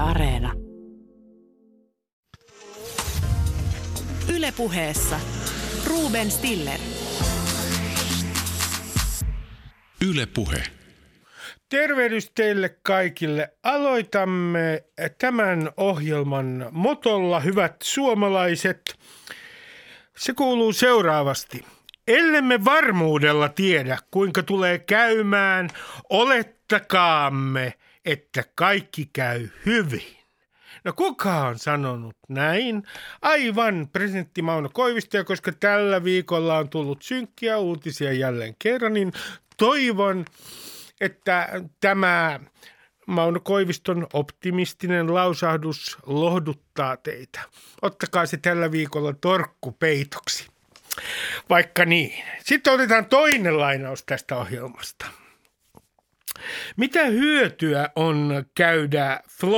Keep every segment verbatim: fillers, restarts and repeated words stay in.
Areena. Yle Puheessa Ruben Stiller. Yle Puhe. Tervehdys teille kaikille. Aloitamme tämän ohjelman motolla, hyvät suomalaiset. Se kuuluu seuraavasti. Ellemme varmuudella tiedä, kuinka tulee käymään, olettakaamme, että kaikki käy hyvin. No kuka on sanonut näin? Aivan presidentti Mauno Koivisto, ja koska tällä viikolla on tullut synkkiä uutisia jälleen kerran, niin toivon, että tämä Mauno Koiviston optimistinen lausahdus lohduttaa teitä. Ottakaa se tällä viikolla torkkupeitoksi. Vaikka niin. Sitten otetaan toinen lainaus tästä ohjelmasta. Mitä hyötyä on käydä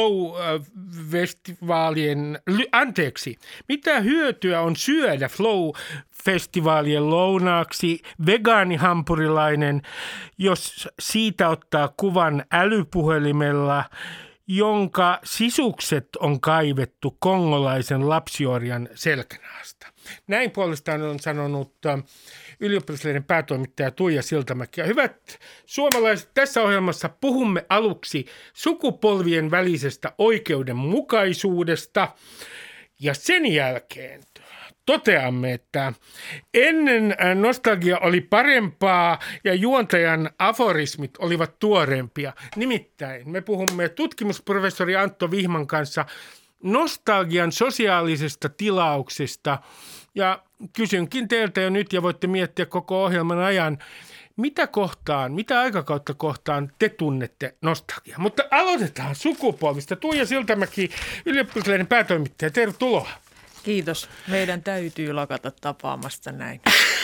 Flow-festivaalien, anteeksi, mitä hyötyä on syödä Flow-festivaalien lounaaksi vegaanihampurilainen, jos siitä ottaa kuvan älypuhelimella, jonka sisukset on kaivettu kongolaisen lapsiorjan selkänahasta. Näin puolestaan on sanonut ylioppilaslehden päätoimittaja Tuija Siltamäki. Ja hyvät suomalaiset, tässä ohjelmassa puhumme aluksi sukupolvien välisestä oikeudenmukaisuudesta ja sen jälkeen toteamme, että ennen nostalgia oli parempaa ja juontajan aforismit olivat tuoreempia. Nimittäin me puhumme tutkimusprofessori Antto Vihman kanssa nostalgian sosiaalisesta tilauksesta ja kysynkin teiltä jo nyt ja voitte miettiä koko ohjelman ajan, mitä kohtaan, mitä aikakautta kohtaan te tunnette nostalgia. Mutta aloitetaan sukupolvista. Tuija Siltamäki, ylioppilaslehden päätoimittaja, tervetuloa. Kiitos. Meidän täytyy lakata tapaamasta näin.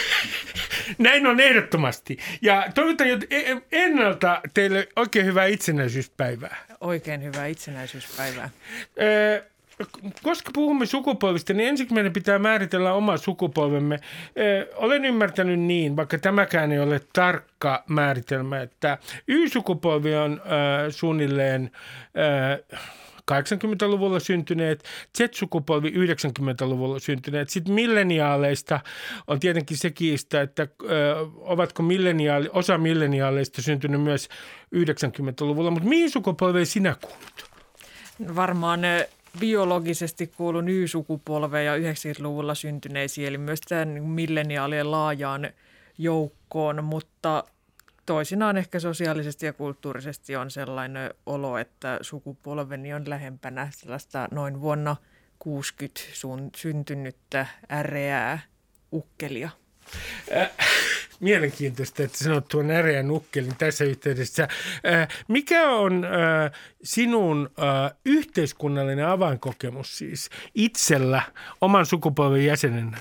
Näin on ehdottomasti. Ja toivotan jo ennalta teille oikein hyvää itsenäisyyspäivää. Oikein hyvää itsenäisyyspäivää. Öö, koska puhumme sukupolvista, niin ensin meidän pitää määritellä oma sukupolvemme. Öö, olen ymmärtänyt niin, vaikka tämäkään ei ole tarkka määritelmä, että Y-sukupolvi on öö, suunnilleen Öö, kahdeksankymmentäluvulla syntyneet, Z-sukupolvi yhdeksänkymmentäluvulla syntyneet. Sitten milleniaaleista on tietenkin se kiista, että ö, ovatko milleniaali, osa milleniaaleista syntynyt myös yhdeksänkymmentäluvulla. Mutta mihin sukupolveen sinä kuulut? Varmaan biologisesti kuulun Y-sukupolveen ja yhdeksänkymmentäluvulla syntyneisiin, eli myös tämän milleniaalien laajaan joukkoon, mutta toisinaan ehkä sosiaalisesti ja kulttuurisesti on sellainen olo, että sukupolveni on lähempänä sellaista noin vuonna kuusikymmentä sun syntynyttä äreää ukkelia. Äh, mielenkiintoista, että sanot tuon äreän ukkelin tässä yhteydessä. Äh, mikä on äh, sinun äh, yhteiskunnallinen avainkokemus siis itsellä oman sukupolven jäsenenä?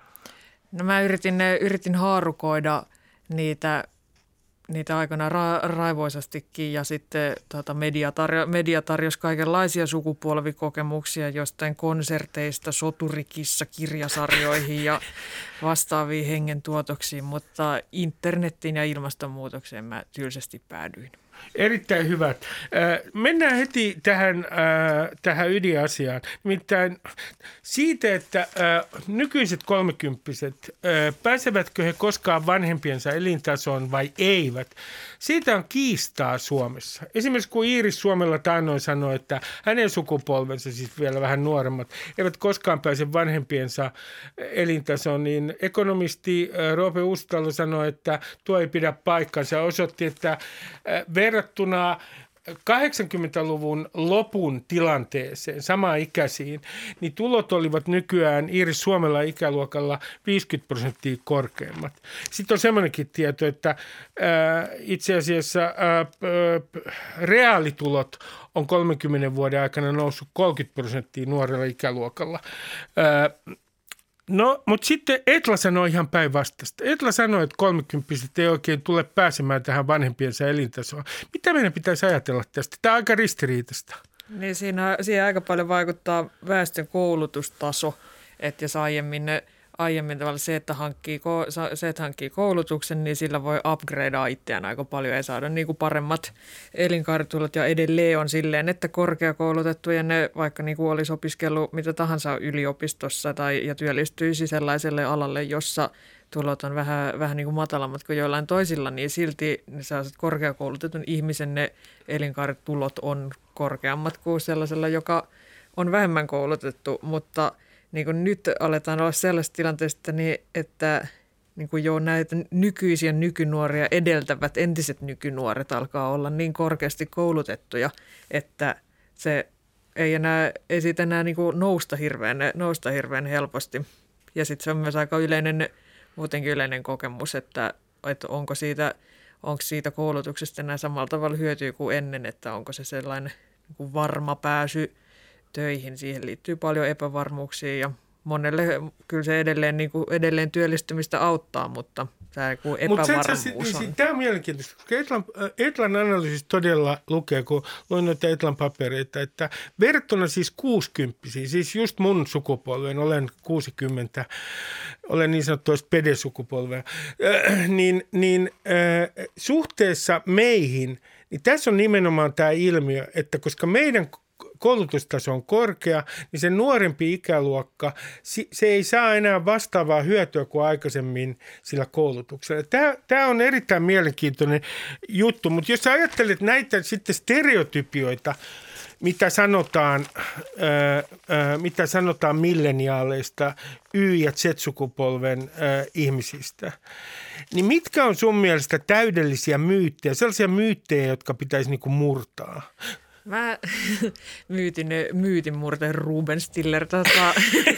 No mä yritin, yritin haarukoida niitä Niitä aikana ra- raivoisastikin ja sitten tuota, media, tarjo- media tarjosi kaikenlaisia sukupolvikokemuksia jostain konserteista, soturikissa, kirjasarjoihin ja vastaaviin hengentuotoksiin, mutta internettiin ja ilmastonmuutokseen mä tylsästi päädyin. Erittäin hyvät. Mennään heti tähän, tähän ydinasiaan. Nimittäin siitä, että nykyiset kolmekymppiset, pääsevätkö he koskaan vanhempiensa elintasoon vai eivät, siitä on kiistaa Suomessa. Esimerkiksi kun Iiris Suomella taannoin sanoi, että hänen sukupolvensa, siis vielä vähän nuoremmat, eivät koskaan pääse vanhempiensa elintasoon, niin ekonomisti Roope Uusitalo sanoi, että tuo ei pidä paikkansa. Osoitti, että verrattuna kahdeksankymmentäluvun lopun tilanteeseen, samaikäisiin, niin tulot olivat nykyään Iiris Suomella ikäluokalla viisikymmentä prosenttia korkeammat. Sitten on semmoinenkin tieto, että ää, itse asiassa ää, reaalitulot on kolmenkymmenen vuoden aikana noussut kolmekymmentä prosenttia nuorella ikäluokalla. Ää, No, mutta sitten Etla sanoi ihan päinvastaista. Etla sanoi, että kolmekymppiset ei oikein tule pääsemään tähän vanhempiensa elintasoon. Mitä meidän pitäisi ajatella tästä? Tämä on aika ristiriitaista. Niin siinä, siihen aika paljon vaikuttaa väestön koulutustaso, että jos aiemmin, aiemmin tavallaan se, että hankkii, se, että hankkii koulutuksen, niin sillä voi upgradea itseään aika paljon ja saada niin kuin paremmat elinkaaritulot. Ja edelleen on silleen, että korkeakoulutettuja ne, vaikka niin kuin olisi opiskellut mitä tahansa yliopistossa tai ja työllistyisi sellaiselle alalle, jossa tulot on vähän, vähän niin kuin matalammat kuin joillain toisilla, niin silti ne sellaiset korkeakoulutetun ihmisen ne elinkaaritulot on korkeammat kuin sellaisella, joka on vähemmän koulutettu, mutta niin kuin nyt aletaan olla sellaisessa tilanteessa, että, niin, että niin kuin jo näitä nykyisiä nykynuoria edeltävät entiset nykynuoret alkaa olla niin korkeasti koulutettuja, että se ei enää, ei siitä enää niin kuin nousta, hirveän, nousta hirveän helposti. Ja sitten se on myös aika yleinen, muutenkin yleinen kokemus, että, että onko, siitä, onko siitä koulutuksesta enää samalla tavalla hyötyä kuin ennen, että onko se sellainen niin kuin varma pääsy töihin. Siihen liittyy paljon epävarmuuksia ja monelle kyllä se edelleen, niin kuin edelleen työllistymistä auttaa, mutta tämä epävarmuus Mut on. Tämä on mielenkiintoista, koska Etlan, Etlan analyysissa todella lukee, kun luin noita Etlan papereita, että verrattuna siis kuusikymppisiä, siis just mun sukupolven, olen kuusikymmentä, olen niin sanottua spede-sukupolvea, äh, niin, niin äh, suhteessa meihin, niin tässä on nimenomaan tämä ilmiö, että koska meidän koulutustaso on korkea, niin se nuorempi ikäluokka, se ei saa enää vastaavaa hyötyä kuin aikaisemmin sillä koulutuksella. Tämä, tämä on erittäin mielenkiintoinen juttu, mutta jos ajattelet näitä sitten stereotypioita, mitä sanotaan, ää, ää, mitä sanotaan milleniaaleista, Y- ja Z-sukupolven ää, ihmisistä, niin mitkä on sun mielestä täydellisiä myyttejä, sellaisia myyttejä, jotka pitäisi niinku murtaa? Mä myytin, myytin murteen Ruben Stiller. Tota,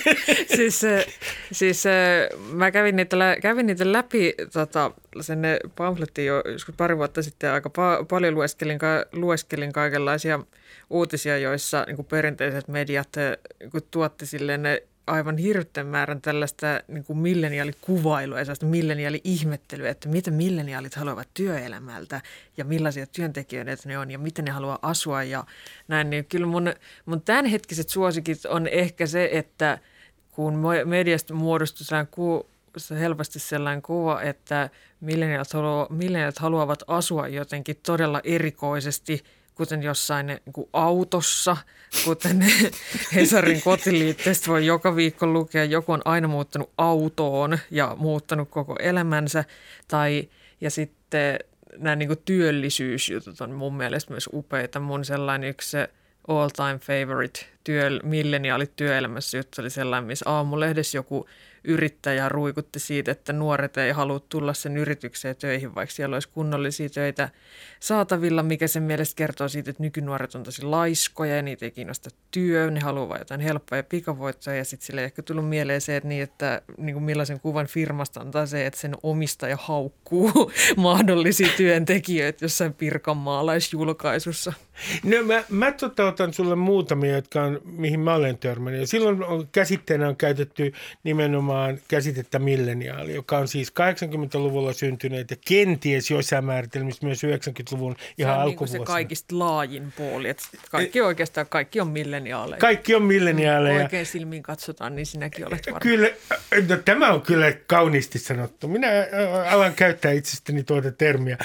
siis, siis mä kävin niitä, kävin niitä läpi tota, sen pamfletin jo joskus pari vuotta sitten aika pa- paljon lueskelin, lueskelin kaikenlaisia uutisia, joissa niin kuin perinteiset mediat niin kuin tuotti silleen ne aivan hirveän määrän tällaista niin kuin milleniaalikuvailua ja sellaista milleniaali-ihmettelyä, että mitä milleniaalit haluavat työelämältä ja millaisia työntekijöitä ne on ja miten ne haluaa asua ja näin. Niin kyllä mun, mun tämänhetkiset suosikit on ehkä se, että kun mediasta muodostuu sellainen ku, helposti sellainen kuva, että milleniaalit haluavat, milleniaalit haluavat asua jotenkin todella erikoisesti, kuten jossain niin kuin autossa, kuten Hesarin kotiliitteestä voi joka viikko lukea, joku on aina muuttanut autoon ja muuttanut koko elämänsä. Tai, ja sitten nämä niin kuin työllisyysjutut on mun mielestä myös upeita. Mun sellainen yksi all time favorite työ, milleniaalit työelämässä juttu oli sellainen, missä aamulehdessä joku yrittäjä ruikutti siitä, että nuoret ei halua tulla sen yritykseen töihin, vaikka siellä olisi kunnollisia töitä saatavilla, mikä sen mielestä kertoo siitä, että nykynuoret on tosi laiskoja ja niitä ei kiinnosta työ, ne haluaa jotain helppoa ja pikavoittoa ja sitten sille ei ehkä tullut mieleen se, että, niin, että niin kuin millaisen kuvan firmasta antaa se, että sen omistaja haukkuu mahdollisia työntekijöitä jossain pirkanmaalaisjulkaisussa. No mä, mä tota otan sulle muutamia, jotka on, mihin mä olen törmännyt. Ja silloin on, käsitteenä on käytetty nimenomaan käsitettä milleniaali, joka on siis kahdeksankymmentäluvulla syntyneet ja kenties joissain määritelmissä myös yhdeksänkymmentäluvun ihan alkuvuosina. Se on niin se kaikista laajin puoli, että kaikki oikeastaan, kaikki on milleniaaleja. Kaikki on milleniaaleja. Oikein silmiin katsotaan, niin sinäkin olet varma. Kyllä, no, tämä on kyllä kauniisti sanottu. Minä alan käyttää itsestäni tuota termiä.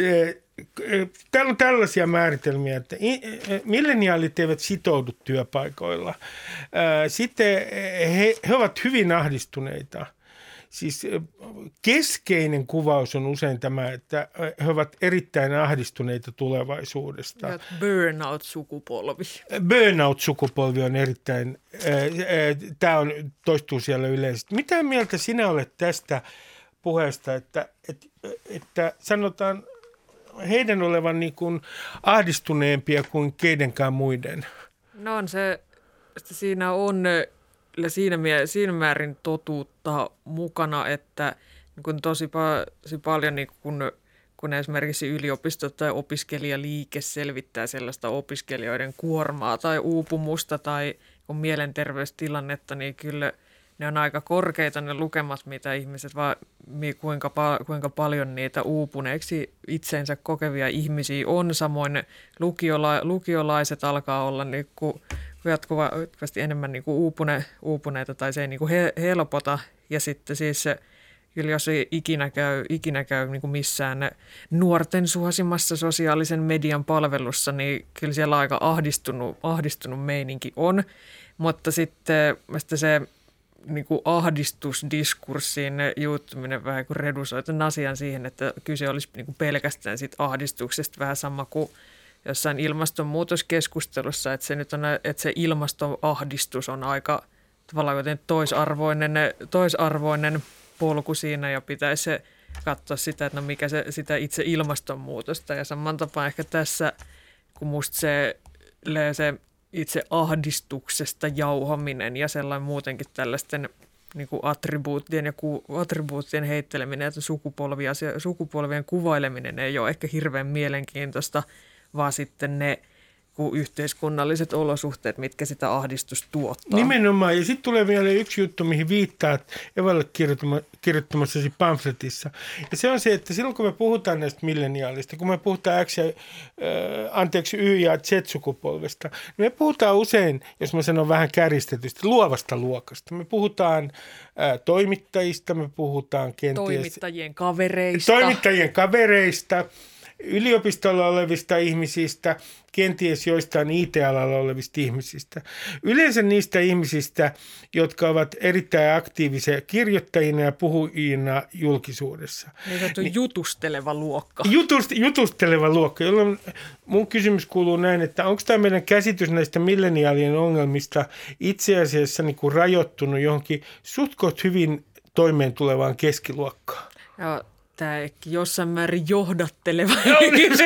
Täällä on tällaisia määritelmiä, että milleniaalit eivät sitoudu työpaikoilla. Sitten he, he ovat hyvin ahdistuneita. Siis keskeinen kuvaus on usein tämä, että he ovat erittäin ahdistuneita tulevaisuudesta. Ja burnout-sukupolvi. Burnout-sukupolvi on erittäin, tämä on, toistuu siellä yleisesti. Mitä mieltä sinä olet tästä puheesta, että, että, että sanotaan heidän olevan niin kuin ahdistuneempia kuin keidenkään muiden? No on se, että siinä on siinä, siinä määrin totuutta mukana, että niin tosi, tosi paljon niin kun, kun esimerkiksi yliopistot tai opiskelijaliike selvittää sellaista opiskelijoiden kuormaa tai uupumusta tai mielenterveystilannetta, niin kyllä ne on aika korkeita ne lukemat, mitä ihmiset, vaan kuinka, kuinka paljon niitä uupuneeksi itsensä kokevia ihmisiä on. Samoin lukiola, lukiolaiset alkaa olla niin kuin jatkuvasti enemmän niin kuin uupune, uupuneita tai se ei niin kuin he, helpota. Ja sitten siis se, kyllä jos ei ikinä käy, ikinä käy niin kuin missään nuorten suosimassa sosiaalisen median palvelussa, niin kyllä siellä aika ahdistunut, ahdistunut meininki on. Mutta sitten se niin kuin ahdistusdiskurssiin juuttuminen vähän kuin redusoi tämän asian siihen, että kyse olisi niin kuin pelkästään siitä ahdistuksesta vähän sama kuin jossain ilmastonmuutoskeskustelussa, että se, nyt on, että se ilmastoahdistus on aika tavallaan toisarvoinen, toisarvoinen polku siinä ja pitäisi katsoa sitä, että no mikä se, sitä itse ilmastonmuutosta ja saman tapaan ehkä tässä, kun musta se, se itse ahdistuksesta jauhaminen ja sellainen muutenkin tällaisten niin kuin attribuuttien ja ku, attribuuttien heitteleminen, että sukupolvia, sukupolvien kuvaileminen ei ole ehkä hirveän mielenkiintoista, vaan sitten ne yhteiskunnalliset olosuhteet, mitkä sitä ahdistusta tuottaa. Nimenomaan. Ja sitten tulee vielä yksi juttu, mihin viittaat Evalle kirjoittamassasi pamfletissa. Ja se on se, että silloin kun me puhutaan näistä milleniaalista, kun me puhutaan X ja, äh, anteeksi, Y- ja Z-sukupolvesta, niin me puhutaan usein, jos mä sanon vähän kärjistetysti, luovasta luokasta. Me puhutaan äh, toimittajista, me puhutaan kenties toimittajien kavereista. Toimittajien kavereista. Yliopistolla olevista ihmisistä, kenties joistain I T-alalla olevista ihmisistä. Yleensä niistä ihmisistä, jotka ovat erittäin aktiivisia kirjoittajina ja puhujina julkisuudessa. Niin on jutusteleva luokka. Jutust, jutusteleva luokka, jolloin mun kysymys kuuluu näin, että onko tämä meidän käsitys näistä milleniaalien ongelmista itse asiassa niin kuin rajoittunut johonkin suht hyvin toimeen tulevaan keskiluokkaan? Joo. Tämä ehkä jossain määrin johdatteleva no,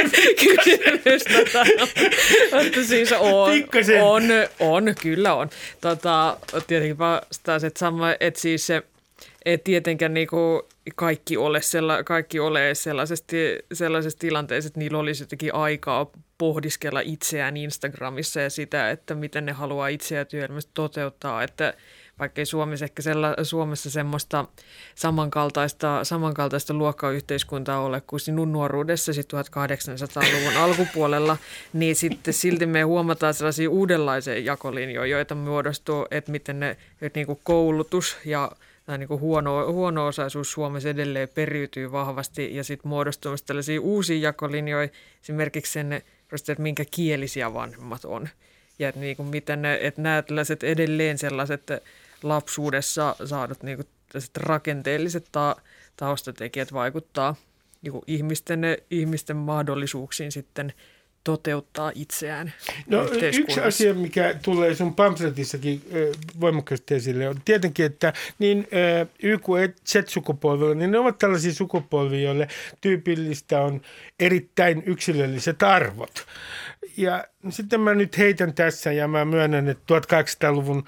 kysymys. Tota, mutta siis on, on, on, kyllä on. Tota, tietenkin vastaan, että, sama, että siis se, et tietenkään niinku kaikki ole, sella, kaikki ole sellaisessa, sellaisessa tilanteessa, että niillä olisi jotenkin aikaa pohdiskella itseään Instagramissa ja sitä, että miten ne haluaa itseään työelämässä toteuttaa, että vaikka ei Suomessa ehkä sella, Suomessa semmoista samankaltaista, samankaltaista luokkayhteiskuntaa ole kuin sinun nuoruudessasi tuhatkahdeksansataaluvun alkupuolella, niin sitten silti me huomataan sellaisia uudenlaisia jakolinjoja, joita muodostuu, että miten ne että niin kuin koulutus ja tai niin kuin huono, huono-osaisuus Suomessa edelleen periytyy vahvasti ja sitten muodostuu tällaisia uusia jakolinjoja, esimerkiksi sen, että minkä kielisiä vanhemmat on. Ja että, niin kuin miten ne, että nämä tällaiset edelleen sellaiset lapsuudessa saadut niin kuin rakenteelliset ta- taustatekijät vaikuttaa niin kuin ihmisten, ihmisten mahdollisuuksiin sitten toteuttaa itseään. No yksi asia, mikä tulee sun pamfletissakin voimakkaasti esille, on tietenkin, että niin Y kuin Z-sukupolvilla, niin ne ovat tällaisia sukupolvia, joille tyypillistä on erittäin yksilölliset arvot. Ja sitten mä nyt heitän tässä ja mä myönnän, että tuhatkahdeksansataaluvun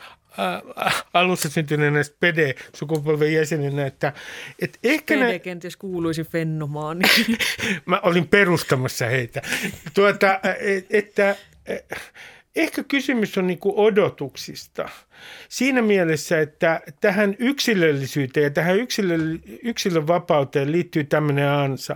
alussa syntyneenä P D -sukupolven jäsenenä, että, että ehkä... P D kenties kuuluisi Fennomaani. Mä olin perustamassa heitä. Tuota, että ehkä kysymys on niin kuin odotuksista. Siinä mielessä, että tähän yksilöllisyyteen ja tähän yksilön, yksilön vapauteen liittyy tämmöinen ansa.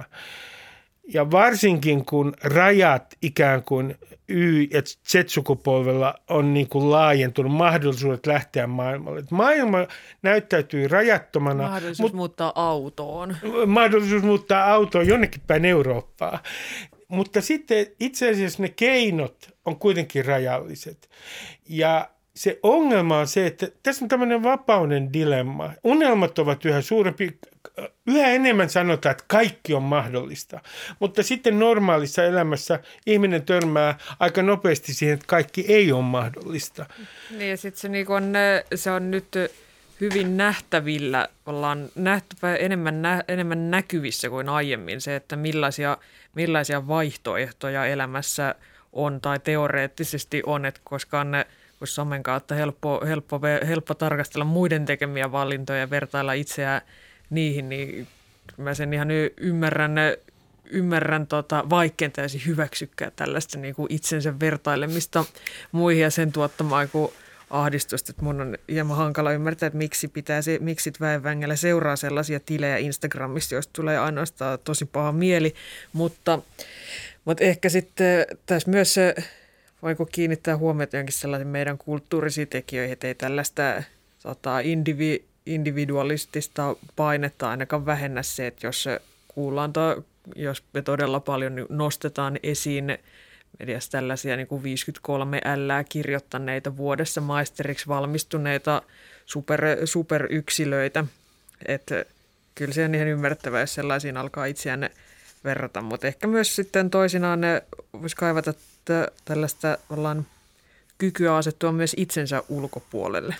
Ja varsinkin kun rajat ikään kuin Y- ja Z-sukupolvella on niin kuin laajentunut mahdollisuudet lähteä maailmalle. Maailma näyttäytyy rajattomana. Mahdollisuus mut, muuttaa autoon. Mahdollisuus muuttaa autoon jonnekin päin Eurooppaa. Mutta sitten itse asiassa ne keinot on kuitenkin rajalliset. Ja se ongelma on se, että tässä on tämmöinen vapauden dilemma. Unelmat ovat yhä suurempi. Yhä enemmän sanotaan, että kaikki on mahdollista, mutta sitten normaalissa elämässä ihminen törmää aika nopeasti siihen, että kaikki ei ole mahdollista. Niin ja sitten se, niin on, se on nyt hyvin nähtävillä, ollaan nähtävä enemmän, nä, enemmän näkyvissä kuin aiemmin se, että millaisia, millaisia vaihtoehtoja elämässä on tai teoreettisesti on, että koska on kun somen kautta helppo, helppo, helppo tarkastella muiden tekemiä valintoja ja vertailla itseään niihin, niin mä sen ihan ymmärrän, ymmärrän tota, vaikkei täysin hyväksykään tällaista niin kuin itsensä vertailemista muihin ja sen tuottamaa kuin ahdistusta. Että mun on hieman hankala ymmärtää, että miksi pitää se, miksi väenvängellä seuraa sellaisia tilejä Instagramissa, joista tulee ainoastaan tosi paha mieli, mutta, mutta ehkä sitten tässä myös se voiko kiinnittää huomiota jonkin sellaisiin meidän kulttuurisiin tekijöihin, että ei tällaista tota, indivi, individualistista painetta ainakaan vähennä se, että jos kuullaan, to, jos me todella paljon nostetaan esiin mediassa tällaisia niin kuin viisikymmentäkolme ällää kirjoittaneita vuodessa maisteriksi valmistuneita super, superyksilöitä, että kyllä se on ihan ymmärrettävää, jos sellaisiin alkaa itseään verrata, mutta ehkä myös sitten toisinaan ne voisi kaivata t- tällaista ollaan kykyä asettua myös itsensä ulkopuolelle.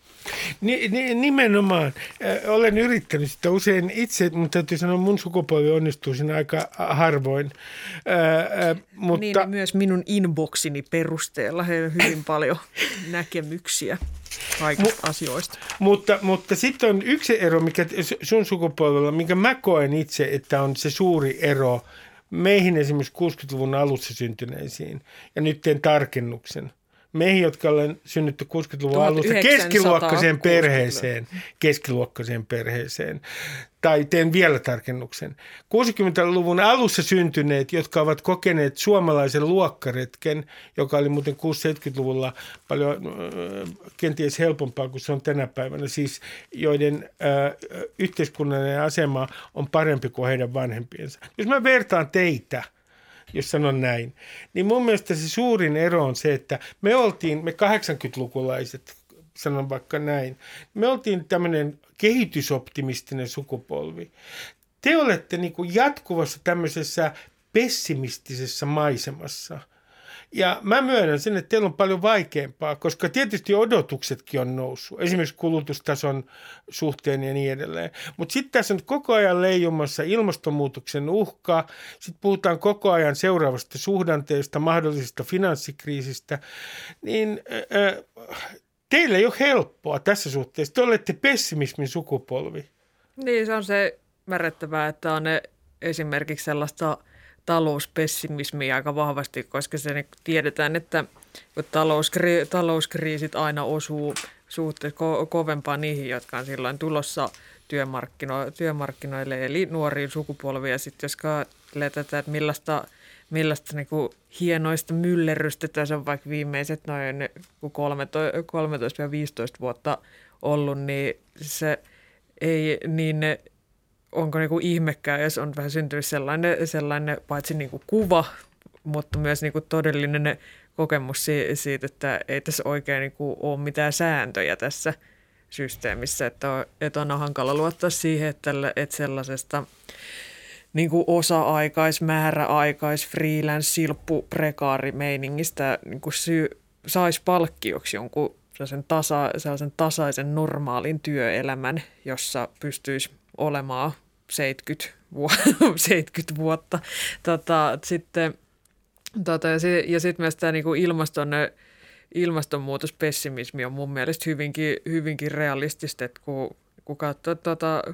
Ni, ni, nimenomaan. Äh, olen yrittänyt sitä usein itse, mutta täytyy sanoa, mun sukupolvi onnistuu siinä aika harvoin. Äh, äh, mutta... Niin myös minun inboxini perusteella he on hyvin paljon näkemyksiä kaikista asioista. Mutta, mutta sitten on yksi ero, mikä sun sukupolvella, minkä mä koen itse, että on se suuri ero meihin esimerkiksi kuusikymmentäluvun alussa syntyneisiin. Ja nyt teen tarkennuksen. Meihin, jotka olen synnytty kuusikymmentäluvun alussa keskiluokkaiseen perheeseen, keskiluokkaiseen perheeseen. Tai teen vielä tarkennuksen. kuusikymmentäluvun alussa syntyneet, jotka ovat kokeneet suomalaisen luokkaretken, joka oli muuten kuusikymmentä-seitsemänkymmentäluvulla paljon äh, kenties helpompaa kuin se on tänä päivänä. Siis joiden äh, yhteiskunnallinen asema on parempi kuin heidän vanhempiensa. Jos mä vertaan teitä, jos sanon näin, niin mun mielestä se suurin ero on se, että me oltiin, me kahdeksankymmentälukulaiset, sanon vaikka näin, me oltiin tämmöinen kehitysoptimistinen sukupolvi. Te olette niin kuin jatkuvassa tämmöisessä pessimistisessä maisemassa. Ja mä myönnän sen, että teillä on paljon vaikeampaa, koska tietysti odotuksetkin on noussut, esimerkiksi kulutustason suhteen ja niin edelleen. Mutta sitten tässä on koko ajan leijumassa ilmastonmuutoksen uhkaa, sitten puhutaan koko ajan seuraavasta suhdanteesta, mahdollisesta finanssikriisistä, niin äh, teillä ei ole helppoa tässä suhteessa. Te olette pessimismin sukupolvi. Niin, se on se määrättävää, että on esimerkiksi sellaista talouspessimismiä aika vahvasti, koska se niin tiedetään, että talouskri- talouskriisit aina osuu suhteessa ko- kovempaa niihin, jotka on silloin tulossa työmarkkino- työmarkkinoille, eli nuoriin sukupolvia. Sitten jos katsotaan, että millaista, millaista niin kuin hienoista myllerrystä tässä on vaikka viimeiset noin kolmetoista viisitoista vuotta ollut, niin se ei niin onko niinku ihmekään, jos on vähän syntynyt sellainen, sellainen paitsi niinku kuva, mutta myös niinku todellinen kokemus siitä, että ei tässä oikein niinku ole mitään sääntöjä tässä systeemissä, että on, että on hankala luottaa siihen, että, että sellaisesta niinku osa-aikais, määräaikais, freelance, silppu, prekaarimeiningistä niinku syy, saisi palkkioksi jonkun sellaisen, tasa, sellaisen tasaisen normaalin työelämän, jossa pystyisi olemaan seitsemänkymmentä vuotta. Tota, sitten, tota, ja sitten sit myös tämä niinku ilmaston, ilmastonmuutospessimismi on mun mielestä hyvinkin, hyvinkin realistista, että kun, kun katsoo tota,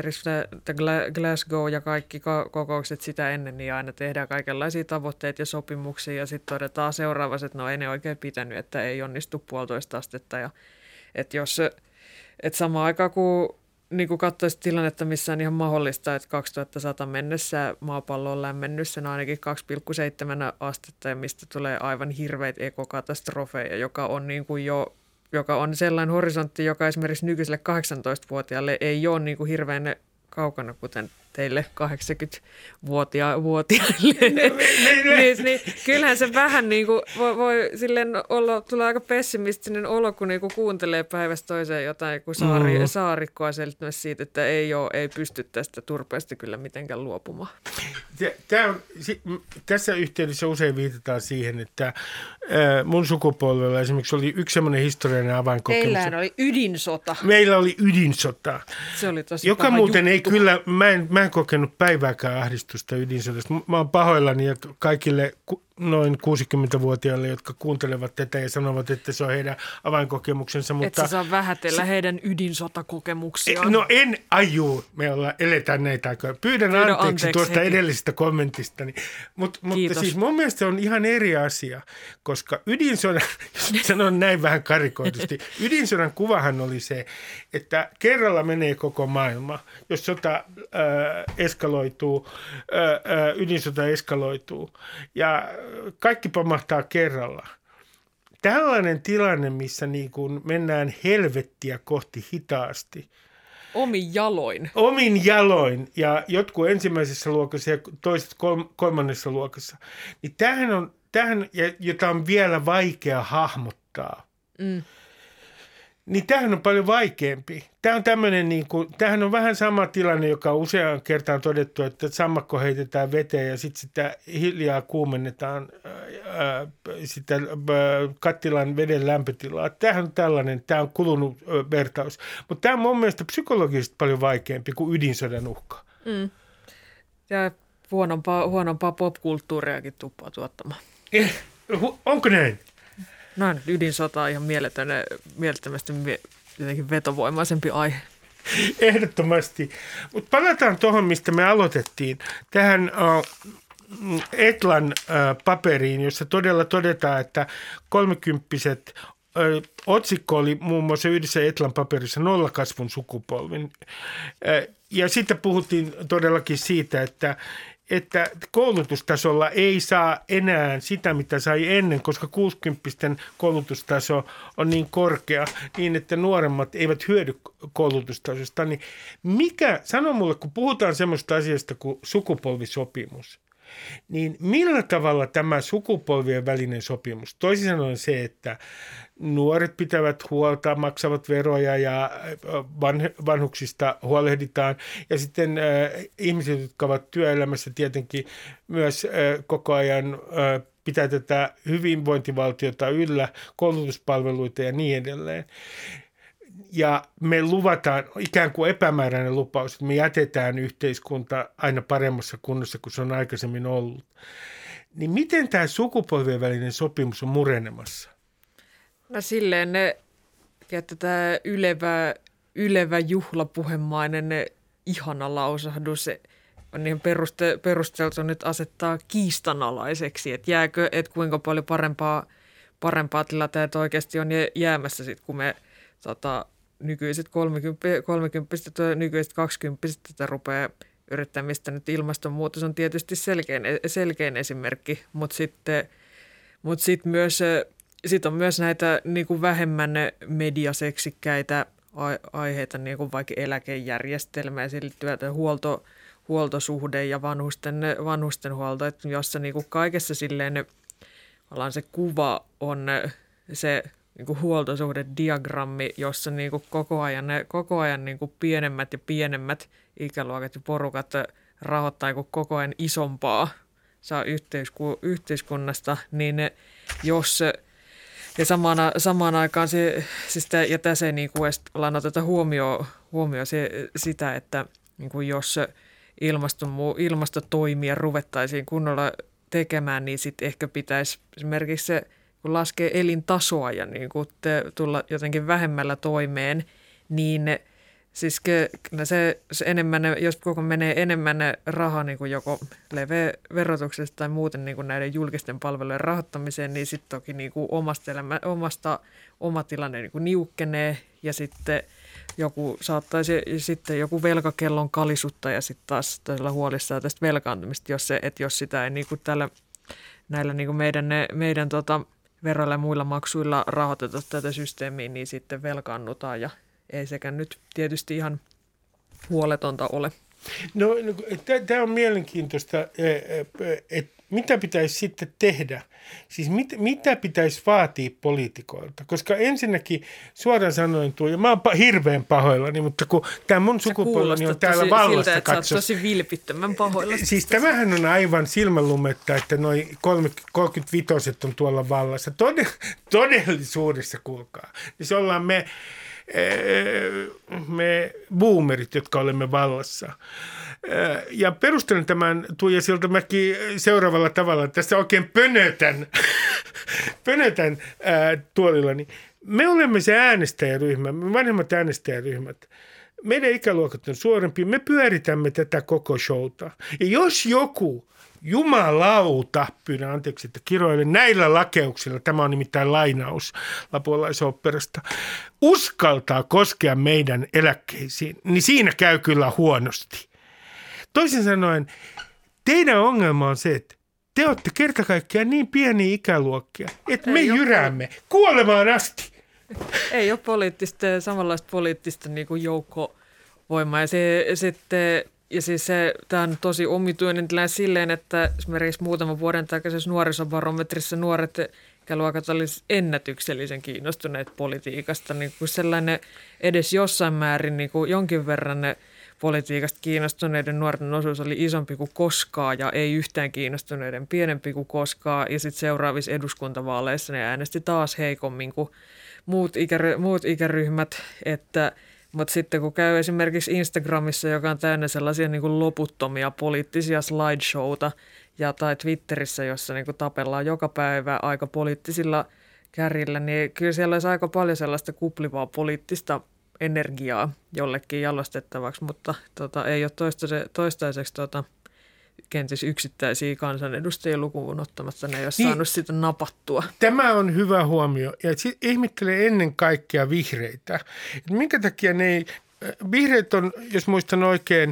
Glasgow ja kaikki kokoukset sitä ennen, niin aina tehdään kaikenlaisia tavoitteita ja sopimuksia ja sitten todetaan seuraavassa, että no ei ne oikein pitänyt, että ei onnistu puolitoista astetta. Ja, että jos, että samaan aikaan kun niin kuin katsoisit tilannetta, missä on ihan mahdollista, että kaksituhattasata mennessä maapallo on lämmennyt sen ainakin kaksi pilkku seitsemän astetta ja mistä tulee aivan hirveitä ekokatastrofeja, joka on niin kuin jo joka on sellainen horisontti, joka esimerkiksi nykyiselle kahdeksantoistavuotiaalle ei ole niin kuin hirveän kaukana, kuten teille kahdeksankymmentävuotiaille. niin, niin, kyllähän se vähän niin kuin voi, voi silleen olla, tulee aika pessimistinen olo, kun niin kuin kuuntelee päivästä toiseen jotain kuin saari, mm. saarikkoa selittämässä siitä, että ei, ole, ei pysty tästä turpeesta kyllä mitenkään luopumaan. Tämä on, tässä yhteydessä usein viitataan siihen, että mun sukupolvella esimerkiksi oli yksi semmoinen historiallinen avainkokemus. Teillähän oli ydinsota. Meillä oli ydinsota. Se oli tosi joka muuten juttu. Ei kyllä, mä en, mä en kokenut päivääkään ahdistusta ydinsodasta. Mä oon pahoillani ja kaikille noin kuusikymmentävuotiaille, jotka kuuntelevat tätä ja sanovat, että se on heidän avainkokemuksensa. Mutta et sä saa vähätellä se, heidän ydinsotakokemuksiaan. No en aju, me ollaan, eletään näitä aikoja. Pyydän Pyydän anteeksi, anteeksi tuosta heti. edellisestä kommentistani. Mut, mutta siis mun mielestä se on ihan eri asia, koska ydinsodan, jos sanon näin vähän karikoidusti, ydinsodan kuvahan oli se, että kerralla menee koko maailma, jos sota äh, eskaloituu, äh, äh, ydinsota eskaloituu ja kaikki pamahtaa kerralla. tällainen tilanne, missä niin kuin mennään helvettiä kohti hitaasti. Omin jaloin. Omin jaloin ja jotkut ensimmäisessä luokassa ja toiset kolmannessa luokassa. Niin tämähän on, tämähän, jota on vielä vaikea hahmottaa. Mm. Niin tämähän on paljon vaikeampi. Tämä on tämmöinen, niin kuin, tämähän on vähän sama tilanne, joka useaan kertaan todettu, että sammakko heitetään veteen ja sitten sitä hiljaa kuumennetaan ää, sitä ää, kattilan veden lämpötilaa. Tämähän on tällainen, tämä on kulunut ää, vertaus. Mutta tämä on mun mielestä psykologisesti paljon vaikeampi kuin ydinsodan uhka. Mm. Ja huonompaa, huonompaa popkulttuuriakin tuppaa tuottamaan. Eh, hu, onko näin? No ydinsota on ihan mieletön, mielettömästi jotenkin vetovoimaisempi aihe. Ehdottomasti. Mutta palataan tuohon, mistä me aloitettiin. Tähän uh, Etlan uh, paperiin, jossa todella todetaan, että kolmekymppiset uh, otsikko oli muun muassa yhdessä Etlan paperissa nollakasvun sukupolven. Uh, ja sitten puhuttiin todellakin siitä, että että koulutustasolla ei saa enää sitä, mitä sai ennen, koska kuusikymppisten koulutustaso on niin korkea, niin että nuoremmat eivät hyödy koulutustasosta. Niin mikä, sano mulle, kun puhutaan semmoista asiasta kuin sukupolvisopimus, niin millä tavalla tämä sukupolvien välinen sopimus, toisin sanoen se, että nuoret pitävät huolta, maksavat veroja ja vanhuksista huolehditaan. Ja sitten äh, ihmiset, jotka ovat työelämässä tietenkin myös äh, koko ajan äh, pitää tätä hyvinvointivaltiota yllä, koulutuspalveluita ja niin edelleen. Ja me luvataan ikään kuin epämääräinen lupaus, että me jätetään yhteiskunta aina paremmassa kunnossa kuin se on aikaisemmin ollut. Niin miten tämä sukupolvien välinen sopimus on murenemassa? No silleen ne, että tämä ylevä, ylevä juhlapuhemainen ihana lausahdus on niin peruste, perusteltu nyt asettaa kiistanalaiseksi, että jääkö, että kuinka paljon parempaa, parempaa tilanteet oikeasti on jäämässä sitten, kun me tota, nykyiset kolmekymppiset ja nykyiset kaksikymppiset tätä rupeaa yrittämään, mistä nyt ilmastonmuutos on tietysti selkein, selkein esimerkki, mutta sitten mut sit myös Sitten on myös näitä niin kuin vähemmän mediaseksikkäitä aiheita, niin kuin vaikka eläkejärjestelmä ja liittyvät huolto, huoltosuhde ja vanhusten, vanhustenhuolto, että jossa niin kuin kaikessa silleen se kuva on se niin kuin huoltosuhdediagrammi, jossa niin kuin koko ajan, koko ajan niin kuin pienemmät ja pienemmät ikäluokat ja porukat rahoittaa niin kuin koko ajan isompaa saa yhteisku, yhteiskunnasta, niin jos ja samana, samaan aikaan se, siis tämä, ja tässä ei niin kuin edes ollaan oteta huomioon, huomioon se, sitä, että niin kuin jos ilmastotoimia ruvettaisiin kunnolla tekemään, niin sitten ehkä pitäisi esimerkiksi se, kun laskee elintasoa ja niin kuin te, tulla jotenkin vähemmällä toimeen, niin siis se, se enemmän, jos koko menee enemmän rahaa niin kuin joko leveä verotuksesta tai muuten niin kuin näiden julkisten palvelujen rahoittamiseen, niin sitten toki niin kuin omasta, elämä, omasta oma tilanne niin kuin niukkenee ja sitten joku saattaisi sitten joku velkakellon kalisutta ja sitten taas huolissaan tästä velkaantumista, jos, se, että jos sitä ei niin kuin tällä, näillä niin kuin meidän, meidän tota, veroilla ja muilla maksuilla rahoiteta tätä systeemiä, niin sitten velkaannutaan ja ei sekä nyt tietysti ihan huoletonta ole. No, tämä on mielenkiintoista, että mitä pitäisi sitten tehdä? Siis mit, mitä pitäisi vaatia poliitikoilta? Koska ensinnäkin suoraan sanoen tuo, ja mä oon hirveän pahoillani, mutta kun tämä mun sukupolveni on täällä tosi, vallassa siltä, katsossa. Sä tosi vilpittömän pahoillasi. Siis tämähän on aivan silmänlumetta, että noin kolmekymmentäviisi on tuolla vallassa. Todellisuudessa, kuulkaa. Niin se ollaan me... me boomerit, jotka olemme vallassa. Ja perustelen tämän Tuija Siltamäki seuraavalla tavalla. Tässä oikein pönötän, pönötän ää, tuolillani. Me olemme se äänestäjäryhmä, me vanhemmat äänestäjäryhmät. Meidän ikäluokat on suorempi. Me pyöritämme tätä koko showta. Ja jos joku jumalauta, pyydän anteeksi, että kiroilen näillä lakeuksilla, tämä on nimittäin lainaus lapualaisopperasta, uskaltaa koskea meidän eläkkeisiin, niin siinä käy kyllä huonosti. Toisin sanoen, teidän ongelma on se, että te olette kerta kaikkiaan niin pieniä ikäluokkia, että me jyräämme kuolemaan asti. Ei ole poliittista, samanlaista poliittista niin kuin joukkovoimaa. Ja, se, sitten, ja siis se, tämä on tosi omituinen tilanne silleen, että esimerkiksi muutaman vuoden takaisessa nuorisobarometrissa nuoret ikäluokat olisivat ennätyksellisen kiinnostuneet politiikasta. Niin kuin sellainen edes jossain määrin niin kuin jonkin verran ne politiikasta kiinnostuneiden nuorten osuus oli isompi kuin koskaan ja ei yhtään kiinnostuneiden pienempi kuin koskaan. Ja sitten seuraavissa eduskuntavaaleissa ne äänesti taas heikommin kuin muut, ikäry- muut ikäryhmät. Että, mutta sitten kun käy esimerkiksi Instagramissa, joka on täynnä sellaisia niin kuin loputtomia poliittisia slideshowta, ja tai Twitterissä, jossa niin kuin tapellaan joka päivä aika poliittisilla kärjillä, niin kyllä siellä olisi aika paljon sellaista kuplivaa poliittista energiaa jollekin jalostettavaksi, mutta tota, ei ole toistaiseksi, toistaiseksi tota, kenties yksittäisiä kansanedustajia lukuun ottamatta, ne ei ole niin, saanut sitä napattua. Tämä on hyvä huomio, ja ihmettelee ennen kaikkea vihreitä. Et minkä takia ne ei... Vihreät on, jos muistan oikein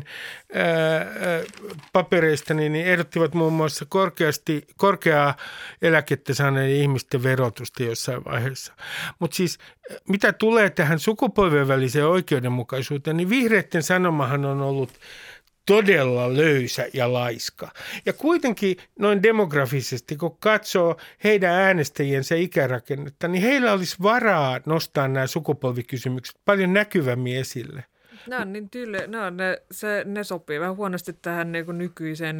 ää, papereista, niin ehdottivat muun muassa korkeasti, korkeaa eläkettä saaneiden ihmisten verotusta jossain vaiheessa. Mutta siis mitä tulee tähän sukupolven väliseen oikeudenmukaisuuteen, niin vihreiden sanomahan on ollut todella löysä ja laiska. Ja kuitenkin noin demografisesti, kun katsoo heidän äänestäjiensä ikärakennetta, niin heillä olisi varaa nostaa nämä sukupolvikysymykset paljon näkyvämmin esille. Nämä on niin tylle, no, ne, se, ne sopii vähän huonosti tähän niin kuin nykyiseen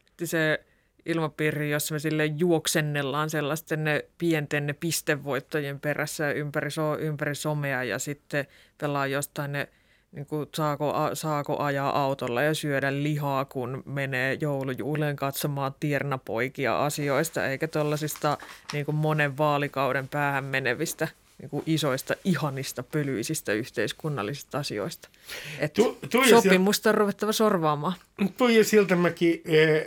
se ilmapiiriin, jossa me sille juoksennellaan sellaisten ne pienten ne pistevoittojen perässä ympäri, so, ympäri somea ja sitten pelaa jostain ne niin kuin saako, saako ajaa autolla ja syödä lihaa, kun menee joulujuhleen katsomaan tiernapoikia asioista, eikä tuollaisista niin kuin monen vaalikauden päähän menevistä niin kuin isoista, ihanista, pölyisistä yhteiskunnallisista asioista. Et tu, sopimusta on ruvettava sorvaamaan. Tuija Siltamäki,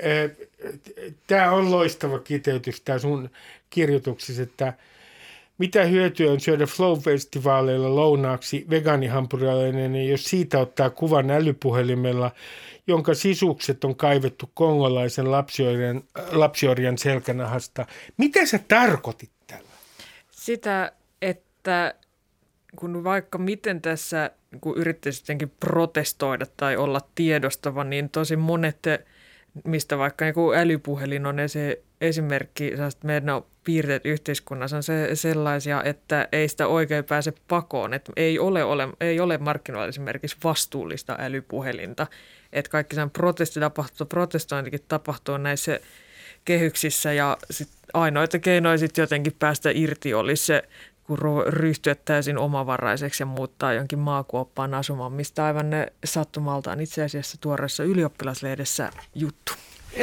tämä on loistava kiteytys, tämä sun kirjoituksessa, että mitä hyötyä on syödä Flow-festivaaleilla lounaaksi vegaanihampurilainen, jos siitä ottaa kuvan älypuhelimella, jonka sisukset on kaivettu kongolaisen lapsiorjan, lapsiorjan selkänahasta. Mitä sä tarkoitit tällä? Sitä, että kun vaikka miten tässä kun yrittäisi jotenkin protestoida tai olla tiedostava, niin tosi monet, mistä vaikka niin kuin älypuhelin on se esimerkki, meidän piirteet yhteiskunnassa on se, sellaisia, että ei sitä oikein pääse pakoon. Että ei ole, ole, ei ole markkinoilla esimerkiksi vastuullista älypuhelinta. Että kaikki sen protesti tapahtuu, protestointikin tapahtuu näissä kehyksissä ja sit ainoita keinoja sitten jotenkin päästä irti olisi se, kun ryhtyä täysin omavaraiseksi ja muuttaa jonkin maakuoppaan asumaan, mistä aivan ne sattumaltaan itse asiassa tuoreessa ylioppilaslehdessä juttu.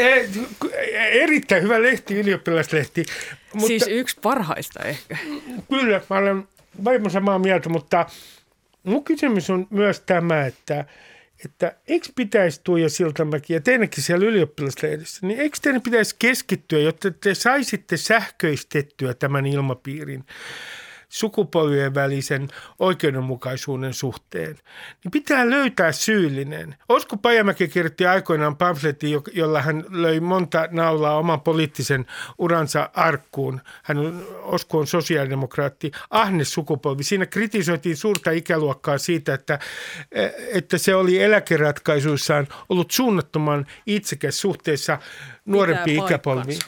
Erittäin hyvä lehti, ylioppilaslehti. Mutta, siis yksi parhaista ehkä. Kyllä, mä olen vaimon samaa mieltä, mutta mun kysymys on myös tämä, että, että eikö pitäisi Tuija Siltamäki ja teidänkin siellä ylioppilaslehdessä, niin eikö teidän pitäisi keskittyä, jotta te saisitte sähköistettyä tämän ilmapiirin sukupolvien välisen oikeudenmukaisuuden suhteen, niin pitää löytää syyllinen. Osku Pajamäki kirjoitti aikoinaan pamfletin, jolla hän löi monta naulaa oman poliittisen uransa arkkuun. Hän on, Osku on sosiaalidemokraatti, ahne sukupolvi. Siinä kritisoitiin suurta ikäluokkaa siitä, että, että se oli eläkeratkaisuissaan ollut suunnattoman itsekäs suhteessa nuorempiin ikäpolviin.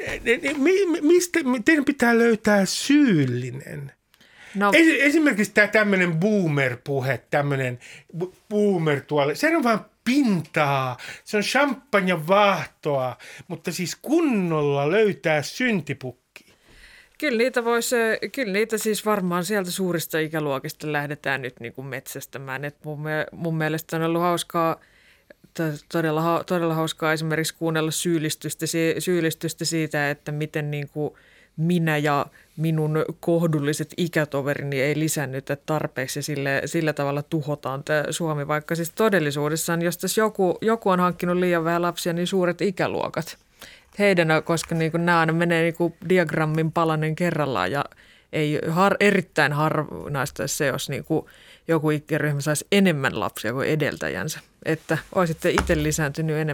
Mistä teidän pitää löytää syyllinen? No. Esimerkiksi tämä tämmöinen boomer-puhe, tämmöinen boomer-tuoli, se on vaan pintaa, se on champagne-vaahtoa, mutta siis kunnolla löytää syntipukki. Kyllä niitä, voisi, kyllä niitä siis varmaan sieltä suurista ikäluokista lähdetään nyt niin kuin metsästämään. Et mun, mun mielestä on ollut hauskaa, todella, todella hauskaa esimerkiksi kuunnella syyllistystä, syyllistystä siitä, että miten niin kuin minä ja minun kohdulliset ikätoverini ei lisännytä tarpeeksi ja sille, sillä tavalla tuhotaan tämä Suomi. Vaikka siis todellisuudessaan, jos tässä joku, joku on hankkinut liian vähän lapsia, niin suuret ikäluokat. Heidän, koska niin kuin nämä aina menee niin kuin diagrammin palanen kerrallaan ja ei har, erittäin harvinaista se, jos niin kuin joku ikäryhmä saisi enemmän lapsia kuin edeltäjänsä. Että olisitte itse lisääntynyt enemmän.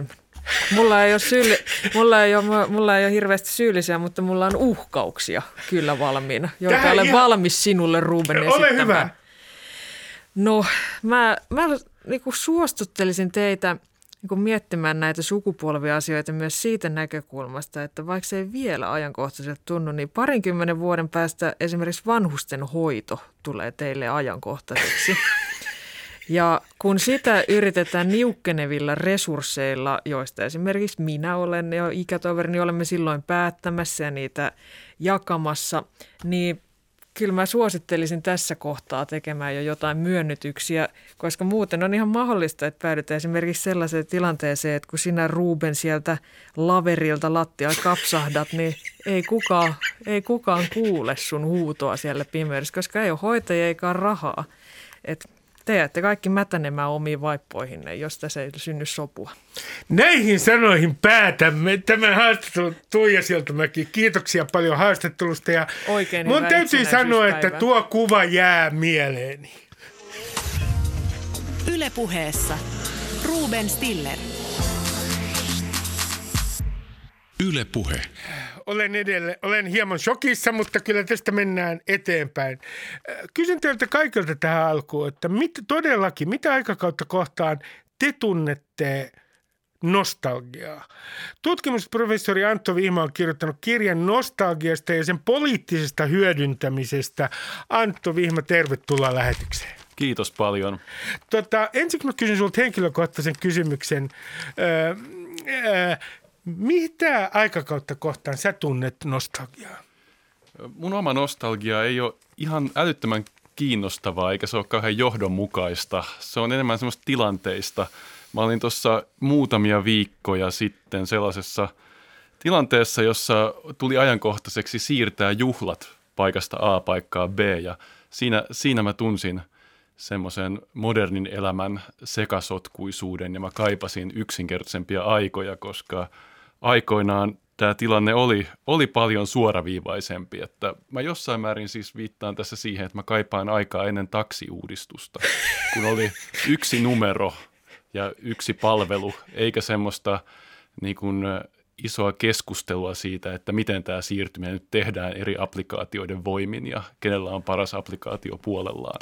Mulla ei ole, syyli, mulla ei ole, mulla ei ole hirveästi syyllisiä, mutta mulla on uhkauksia kyllä valmiina, joita Tähän olen ihan... valmis sinulle, Ruben, Ole esittämään. hyvä. No, mä, mä niin kuin suostuttelisin teitä niin kuin miettimään näitä sukupolviasioita myös siitä näkökulmasta, että vaikka se ei vielä ajankohtaiselta tunnu, niin parinkymmenen vuoden päästä esimerkiksi vanhusten hoito tulee teille ajankohtaiseksi. Ja kun sitä yritetään niukkenevilla resursseilla, joista esimerkiksi minä olen ja ikätoverini olemme silloin päättämässä ja niitä jakamassa, niin kyllä mä suosittelisin tässä kohtaa tekemään jo jotain myönnytyksiä, koska muuten on ihan mahdollista, että päädytään esimerkiksi sellaiseen tilanteeseen, että kun sinä, Ruben, sieltä laverilta lattialla kapsahdat, niin ei kukaan, ei kukaan kuule sun huutoa siellä pimeydessä, koska ei ole hoitajia eikä ole rahaa. Et te jäätte kaikki mätänemään omiin vaippoihinne, jos tässä ei synny sopua. Näihin sanoihin päätämme tämän haastattelun. Tuija Siltamäki, kiitoksia paljon haastattelusta. Ja Oikein mun täytyy sanoa, että tuo kuva jää mieleeni. Yle Puheessa Ruben Stiller. Yle Puhe. Olen edelleen, olen hieman shokissa, mutta kyllä tästä mennään eteenpäin. Kysyn teiltä kaikilta tähän alkuun, että mit, todellakin, mitä aikakautta kohtaan te tunnette nostalgiaa? Tutkimusprofessori Antto Vihma on kirjoittanut kirjan nostalgiasta ja sen poliittisesta hyödyntämisestä. Antto Vihma, tervetuloa lähetykseen. Kiitos paljon. Tota, ensiksi mä kysyn sulta henkilökohtaisen kysymyksen. Öö, öö, Mitä aikakautta kohtaan sä tunnet nostalgiaa? Mun oma nostalgia ei ole ihan älyttömän kiinnostavaa, eikä se ole kauhean johdonmukaista. Se on enemmän semmoista tilanteista. Mä olin tuossa muutamia viikkoja sitten sellaisessa tilanteessa, jossa tuli ajankohtaiseksi siirtää juhlat paikasta A paikkaan B. Ja siinä, siinä mä tunsin semmoisen modernin elämän sekasotkuisuuden ja mä kaipasin yksinkertaisempia aikoja, koska aikoinaan tämä tilanne oli, oli paljon suoraviivaisempi. Että mä jossain määrin siis viittaan tässä siihen, että mä kaipaan aikaa ennen taksiuudistusta, kun oli yksi numero ja yksi palvelu, eikä semmoista niin kuin isoa keskustelua siitä, että miten tämä siirtyminen nyt tehdään eri applikaatioiden voimin ja kenellä on paras applikaatio puolellaan.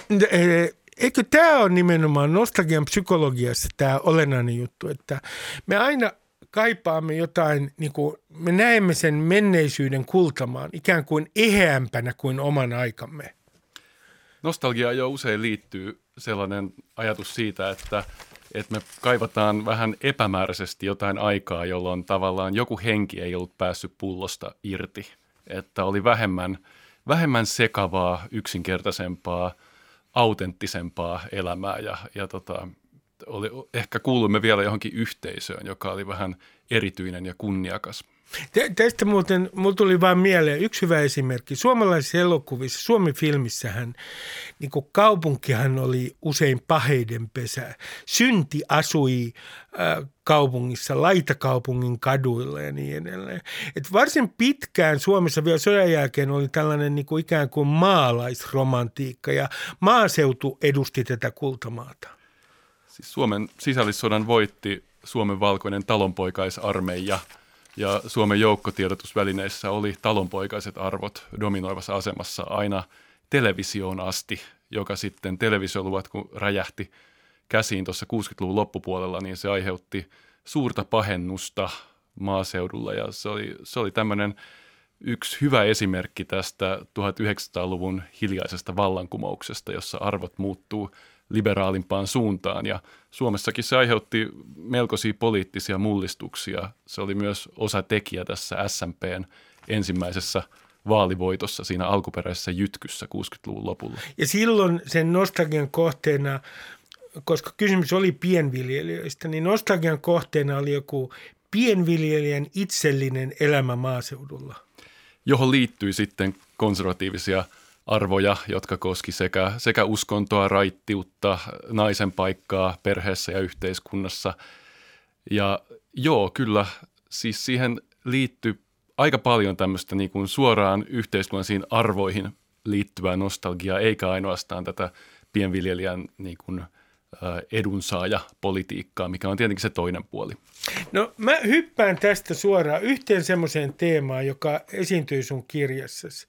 Eikö tämä ole nimenomaan nostalgian psykologiassa tämä olennainen juttu, että me aina kaipaamme jotain, niin kuin me näemme sen menneisyyden kultamaan ikään kuin eheämpänä kuin oman aikamme. Nostalgiaan jo usein liittyy sellainen ajatus siitä, että, että me kaivataan vähän epämääräisesti jotain aikaa, jolloin tavallaan joku henki ei ollut päässyt pullosta irti, että oli vähemmän, vähemmän sekavaa, yksinkertaisempaa, autenttisempaa elämää ja, ja tota, oli, ehkä kuuluimme vielä johonkin yhteisöön, joka oli vähän erityinen ja kunniakas. Tästä muuten, mulla tuli vaan mieleen yksi hyvä esimerkki. Suomalaisissa elokuvissa, Suomi-filmissähän, niin kuin kaupunkihan oli usein paheiden pesä. Synti asui äh, kaupungissa, laitakaupungin kaduilla ja niin edelleen. Et varsin pitkään Suomessa vielä sodan jälkeen oli tällainen niin kuin ikään kuin maalaisromantiikka ja maaseutu edusti tätä kultamaata. Siis Suomen sisällissodan voitti Suomen valkoinen talonpoikaisarmeija. Ja Suomen joukkotiedotusvälineissä oli talonpoikaiset arvot dominoivassa asemassa aina televisioon asti, joka sitten televisioluvat, kun räjähti käsiin tuossa kuusikymmentäluvun loppupuolella, niin se aiheutti suurta pahennusta maaseudulla. Ja se oli, se oli tämmöinen yksi hyvä esimerkki tästä tuhatyhdeksänsataaluvun hiljaisesta vallankumouksesta, jossa arvot muuttuu liberaalimpaan suuntaan ja Suomessakin se aiheutti melkoisia poliittisia mullistuksia. Se oli myös osatekijä tässä S M P:n ensimmäisessä vaalivoitossa siinä alkuperäisessä jytkyssä kuusikymmentäluvun lopulla. Ja silloin sen nostalgian kohteena, koska kysymys oli pienviljelijöistä, niin nostalgian kohteena oli joku pienviljelijän itsellinen elämä maaseudulla. Johon liittyi sitten konservatiivisia arvoja, jotka koski sekä, sekä uskontoa, raittiutta, naisen paikkaa perheessä ja yhteiskunnassa. Ja joo, kyllä, siis siihen liittyi aika paljon tämmöistä niin kuin suoraan yhteiskunnallisiin arvoihin liittyvää nostalgiaa, eikä ainoastaan tätä pienviljelijän niin kuin edunsaajapolitiikkaa, mikä on tietenkin se toinen puoli. No mä hyppään tästä suoraan yhteen semmoiseen teemaan, joka esiintyy sun kirjassasi.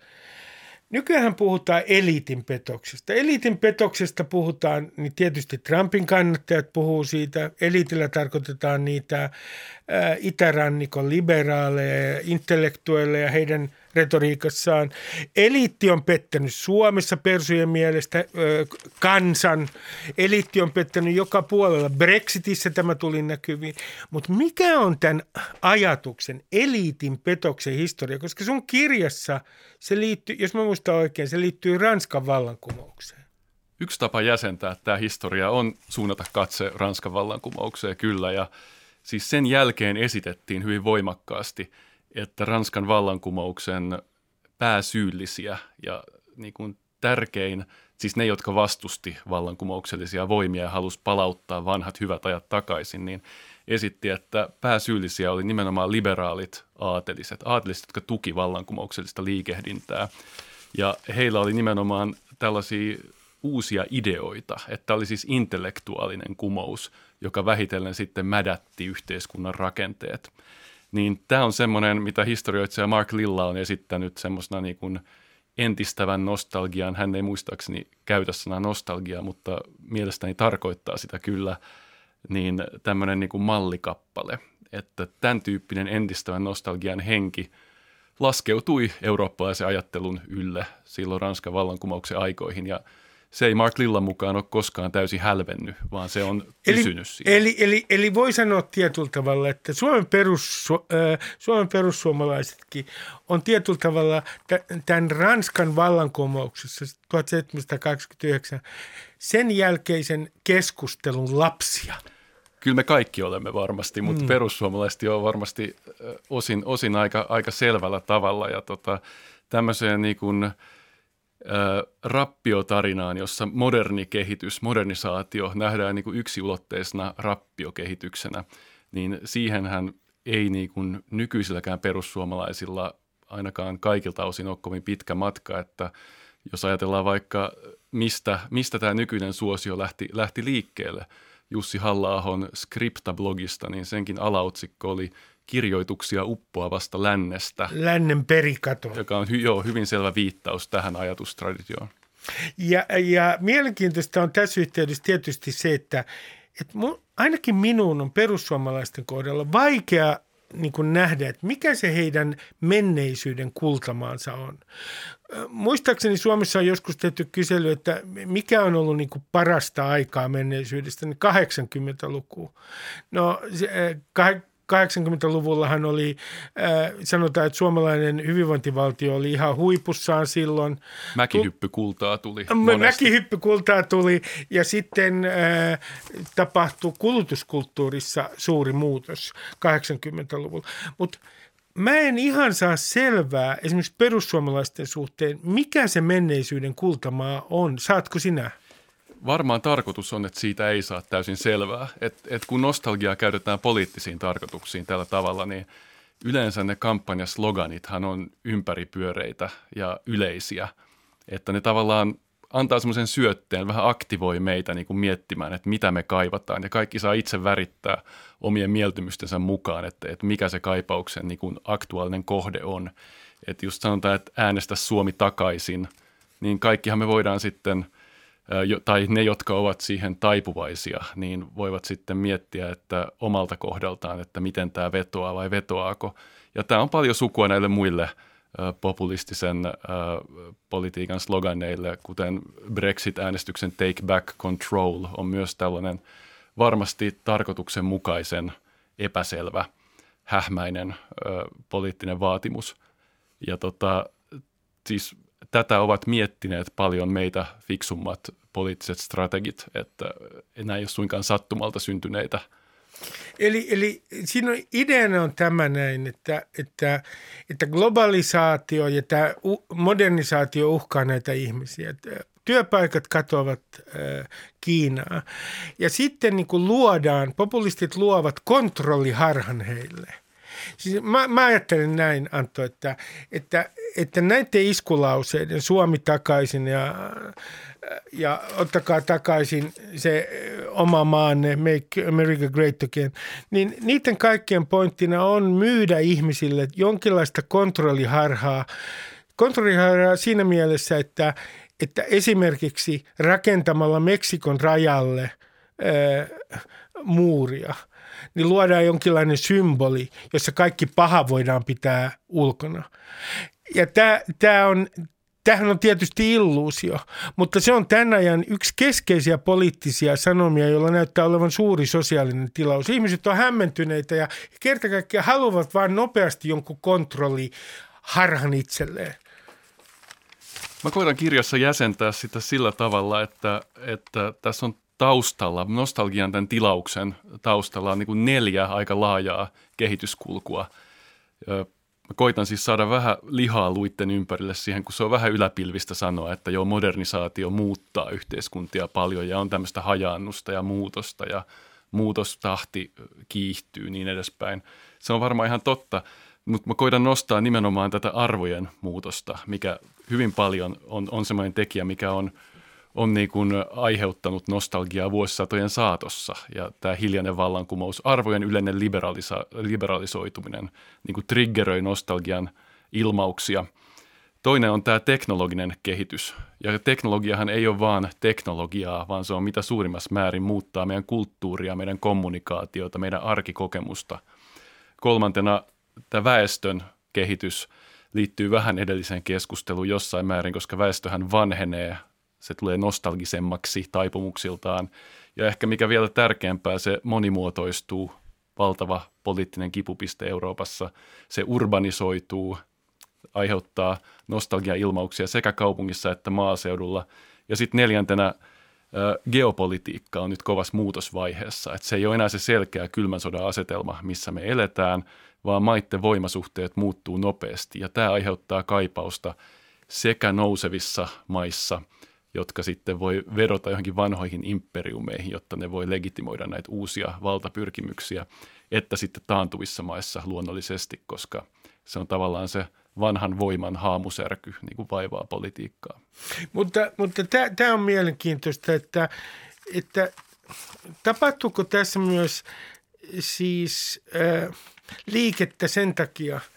Nykyään puhutaan eliitin petoksesta. Eliitin petoksesta puhutaan, niin tietysti Trumpin kannattajat puhuu siitä. Eliitillä tarkoitetaan niitä ää, itärannikon liberaaleja, intellektuelleja heidän retoriikassaan. Eliitti on pettänyt Suomessa persujen mielestä ää, kansan. Eliitti on pettänyt joka puolella. Brexitissä tämä tuli näkyviin. Mutta mikä on tämän ajatuksen, eliitin petoksen historia? Koska sun kirjassa se liittyy, jos mä muistan oikein, se liittyy Ranskan vallankumoukseen. Yksi tapa jäsentää tämä historia on suunnata katse Ranskan vallankumoukseen, kyllä. Ja siis sen jälkeen esitettiin hyvin voimakkaasti, että Ranskan vallankumouksen pääsyyllisiä ja niin kuin tärkein, siis ne, jotka vastusti vallankumouksellisia voimia ja halusi palauttaa vanhat hyvät ajat takaisin, niin esitti, että pääsyyllisiä oli nimenomaan liberaalit aateliset, aateliset, jotka tuki vallankumouksellista liikehdintää. Ja heillä oli nimenomaan tällaisia uusia ideoita, että oli siis intellektuaalinen kumous, joka vähitellen sitten mädätti yhteiskunnan rakenteet. Niin tämä on semmoinen, mitä historioitsija Mark Lilla on esittänyt semmoisena niin kuin entistävän nostalgian. Hän ei muistaakseni käytä sanaa nostalgia, mutta mielestäni tarkoittaa sitä kyllä, niin tämmöinen niin kuin mallikappale, että tämän tyyppinen entistävän nostalgian henki laskeutui eurooppalaisen ajattelun ylle silloin Ranskan vallankumouksen aikoihin ja se ei Mark Lillan mukaan ole koskaan täysin hälvennyt, vaan se on pysynyt eli, siinä. Eli, eli, eli voi sanoa tietyllä tavalla, että Suomen, perus, äh, Suomen perussuomalaisetkin on tietyllä tavalla tämän Ranskan vallankumouksessa tuhatseitsemänsataakaksikymmentäyhdeksän sen jälkeisen keskustelun lapsia. Kyllä me kaikki olemme varmasti, mutta mm. perussuomalaiset on varmasti osin, osin aika, aika selvällä tavalla ja tota, tämmöiseen niin kuin rappiotarinaan, jossa moderni kehitys, modernisaatio nähdään niin kuin yksiulotteisena rappiokehityksenä, niin siihenhän ei niin kuin nykyisilläkään perussuomalaisilla ainakaan kaikilta osin ole kovin pitkä matka, että jos ajatellaan vaikka mistä, mistä tämä nykyinen suosio lähti, lähti liikkeelle Jussi Halla-ahon Skripta-blogista, niin senkin alaotsikko oli kirjoituksia uppoavasta lännestä. Lännen perikato. Joka on hy, joo, hyvin selvä viittaus tähän ajatustraditioon. Ja, ja mielenkiintoista on tässä yhteydessä tietysti se, että, että mun, ainakin minun on perussuomalaisten kohdalla vaikea niin kuin nähdä, että mikä se heidän menneisyyden kultamaansa on. Muistaakseni Suomessa on joskus tehty kysely, että mikä on ollut niin kuin parasta aikaa menneisyydestä, niin kahdeksankymmentäluku. No kahdeksankymmentäluvullahan oli, sanotaan, että suomalainen hyvinvointivaltio oli ihan huipussaan silloin. Mäkihyppykultaa tuli. Mäkihyppykultaa tuli ja sitten äh, tapahtui kulutuskulttuurissa suuri muutos kahdeksankymmentäluvulla. Mutta mä en ihan saa selvää esimerkiksi perussuomalaisten suhteen, mikä se menneisyyden kultamaa on. Saatko sinä? Varmaan tarkoitus on, että siitä ei saa täysin selvää. Et, et kun nostalgiaa käytetään poliittisiin tarkoituksiin tällä tavalla, niin yleensä ne kampanjasloganithan on ympäripyöreitä ja yleisiä. Että ne tavallaan antaa semmoisen syötteen, vähän aktivoi meitä niin kuin miettimään, että mitä me kaivataan. Ja kaikki saa itse värittää omien mieltymystensä mukaan, että, että mikä se kaipauksen niin kuin aktuaalinen kohde on. Että just sanotaan, että äänestä Suomi takaisin, niin kaikkihan me voidaan sitten tai ne, jotka ovat siihen taipuvaisia, niin voivat sitten miettiä, että omalta kohdaltaan, että miten tämä vetoaa vai vetoaako. Ja tämä on paljon sukua näille muille populistisen äh, politiikan sloganeille, kuten Brexit-äänestyksen Take Back Control on myös tällainen varmasti tarkoituksenmukaisen epäselvä, hähmäinen äh, poliittinen vaatimus. Ja tota, siis tätä ovat miettineet paljon meitä fiksummat poliittiset strategit, että enää ei ole suinkaan sattumalta syntyneitä. Eli, eli siinä on, ideana on tämä näin, että, että, että globalisaatio ja tämä modernisaatio uhkaa näitä ihmisiä. Työpaikat katoavat äh, Kiinaan ja sitten niin kuin luodaan, populistit luovat kontrolliharhan heille. Siis mä, mä ajattelen näin, Antto, että, että, että näiden iskulauseiden Suomi takaisin ja, ja ottakaa takaisin se oma maanne, Make America Great Again, niin niiden kaikkien pointtina on myydä ihmisille jonkinlaista kontrolliharhaa. Kontrolliharhaa siinä mielessä, että, että esimerkiksi rakentamalla Meksikon rajalle ää, muuria, niin luodaan jonkinlainen symboli, jossa kaikki paha voidaan pitää ulkona. Ja tämä, tämä on, tämähän on tietysti illuusio, mutta se on tämän ajan yksi keskeisiä poliittisia sanomia, joilla näyttää olevan suuri sosiaalinen tilaus. Ihmiset on hämmentyneitä ja kerta kaikkiaan haluavat vain nopeasti jonkun kontrolliharhan itselleen. Mä koitan kirjassa jäsentää sitä sillä tavalla, että, että tässä on taustalla, nostalgian tämän tilauksen taustalla on niin kuin neljä aika laajaa kehityskulkua. Mä koitan siis saada vähän lihaa luitten ympärille siihen, kun se on vähän yläpilvistä sanoa, että joo, modernisaatio muuttaa yhteiskuntia paljon ja on tämmöistä hajaannusta ja muutosta ja muutostahti kiihtyy niin edespäin. Se on varmaan ihan totta, mutta mä koitan nostaa nimenomaan tätä arvojen muutosta, mikä hyvin paljon on, on semmoinen tekijä, mikä on on niin kuin aiheuttanut nostalgiaa vuosisatojen saatossa. Ja tämä hiljainen vallankumous, arvojen yleinen liberalisa- liberalisoituminen niin kuin triggeröi nostalgian ilmauksia. Toinen on tämä teknologinen kehitys. Ja teknologiahan ei ole vaan teknologiaa, vaan se on mitä suurimmassa määrin muuttaa meidän kulttuuria, meidän kommunikaatiota, meidän arkikokemusta. Kolmantena tämä väestön kehitys liittyy vähän edelliseen keskusteluun jossain määrin, koska väestöhän vanhenee. Se tulee nostalgisemmaksi taipumuksiltaan. Ja ehkä mikä vielä tärkeämpää, se monimuotoistuu, valtava poliittinen kipupiste Euroopassa. Se urbanisoituu, aiheuttaa nostalgia-ilmauksia sekä kaupungissa että maaseudulla. Ja sitten neljäntenä ä, geopolitiikka on nyt kovassa muutosvaiheessa. Et se ei ole enää se selkeä kylmän sodan asetelma, missä me eletään, vaan maitten voimasuhteet muuttuu nopeasti. Ja tämä aiheuttaa kaipausta sekä nousevissa maissa, jotka sitten voi vedota johonkin vanhoihin imperiumeihin, jotta ne voi legitimoida näitä uusia valtapyrkimyksiä, että sitten taantuvissa maissa luonnollisesti, koska se on tavallaan se vanhan voiman haamusärky, niin kuin vaivaa politiikkaa. Mutta, mutta tämä on mielenkiintoista, että, että tapahtuuko tässä myös siis äh, liikettä sen takia äh,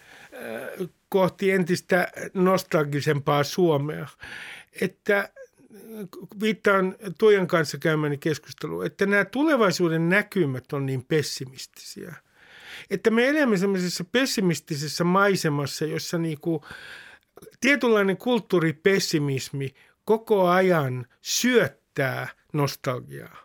kohti entistä nostalgisempaa Suomea, että viittaan Tuijan kanssa käymäni keskusteluun, että nämä tulevaisuuden näkymät on niin pessimistisiä. Että me elämme sellaisessa pessimistisessä maisemassa, jossa niinku tietynlainen kulttuuripessimismi koko ajan syöttää nostalgiaa.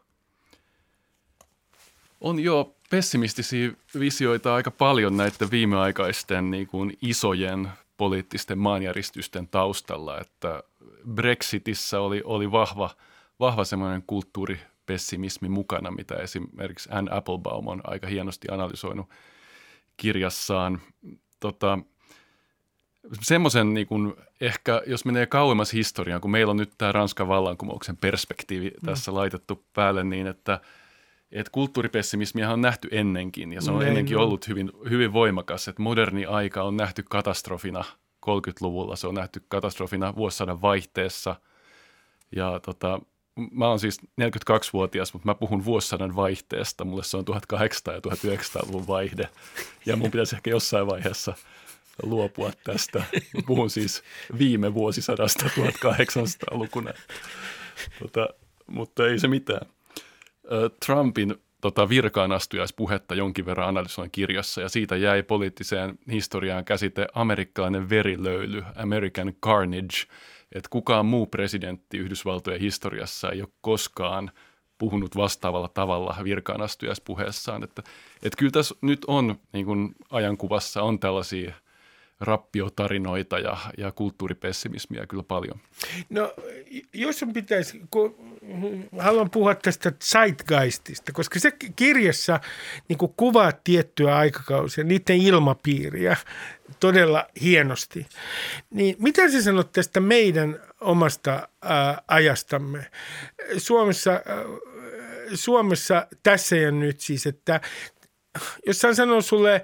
On jo pessimistisiä visioita aika paljon näiden viimeaikaisten niin kuin isojen poliittisten maanjäristysten taustalla, että Brexitissä oli, oli vahva, vahva semmoinen kulttuuripessimismi mukana, mitä esimerkiksi Anne Applebaum on aika hienosti analysoinut kirjassaan. Tota, semmoisen niin kuin ehkä, jos menee kauemmas historiaan, kun meillä on nyt tämä Ranskan vallankumouksen perspektiivi tässä mm. laitettu päälle niin, että et kulttuuripessimismiä on nähty ennenkin ja se on Näin ennenkin on. ollut hyvin, hyvin voimakas. Et moderni aika on nähty katastrofina kolmekymmentäluvulla, se on nähty katastrofina vuosisadan vaihteessa. Ja tota, mä oon siis neljäkymmentäkaksivuotias, mutta mä puhun vuosisadan vaihteesta. Mulle se on tuhatkahdeksansataa- ja tuhatyhdeksänsataaluvun vaihde ja mun pitäisi ehkä jossain vaiheessa luopua tästä. Mä puhun siis viime vuosisadasta tuhatkahdeksansataalukuna, tota, mutta ei se mitään. Trumpin tota, virkaanastujaispuhetta jonkin verran analysoin kirjassa ja siitä jäi poliittiseen historiaan käsite amerikkalainen verilöyly, American Carnage, että kukaan muu presidentti Yhdysvaltojen historiassa ei ole koskaan puhunut vastaavalla tavalla virkaanastujaispuheessaan, että, että kyllä tässä nyt on niin kuin ajankuvassa on tällaisia rappiotarinoita ja, ja kulttuuripessimismiä kyllä paljon. No, jos on pitäisi, kun haluan puhua tästä zeitgeistista, koska se kirjassa niin kuin kuvaa tiettyä aikakausia, niiden ilmapiiriä todella hienosti. Niin mitä sä sanot tästä meidän omasta ää, ajastamme? Suomessa, ää, Suomessa tässä ja nyt siis, että jos sä sanoo sulle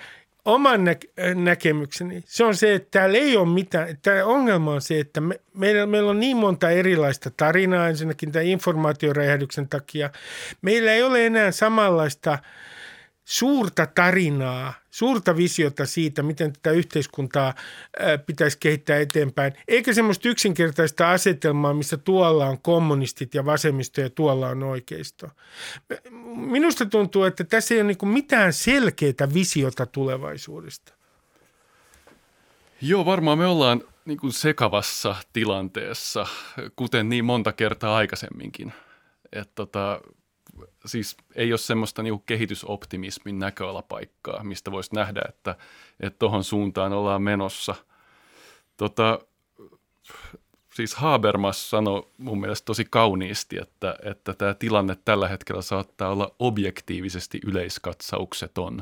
oman nä- näkemykseni, se on se, että täällä ei ole mitään. Tämä ongelma on se, että me, meillä, meillä on niin monta erilaista tarinaa ensinnäkin tämän informaatioräjähdyksen takia. Meillä ei ole enää samanlaista suurta tarinaa, suurta visiota siitä, miten tätä yhteiskuntaa pitäisi kehittää eteenpäin. Eikä semmoista yksinkertaista asetelmaa, missä tuolla on kommunistit ja vasemmisto ja tuolla on oikeisto. Minusta tuntuu, että tässä ei ole niin kuin mitään selkeää visiota tulevaisuudesta. Joo, varmaan me ollaan niin kuin sekavassa tilanteessa, kuten niin monta kertaa aikaisemminkin. Että tota, siis ei ole semmoista niin kuin kehitysoptimismin näköalapaikkaa, mistä voisi nähdä, että tuohon suuntaan ollaan menossa. Tota, siis Habermas sanoi mun mielestä tosi kauniisti, että, että tämä tilanne tällä hetkellä saattaa olla objektiivisesti yleiskatsaukseton.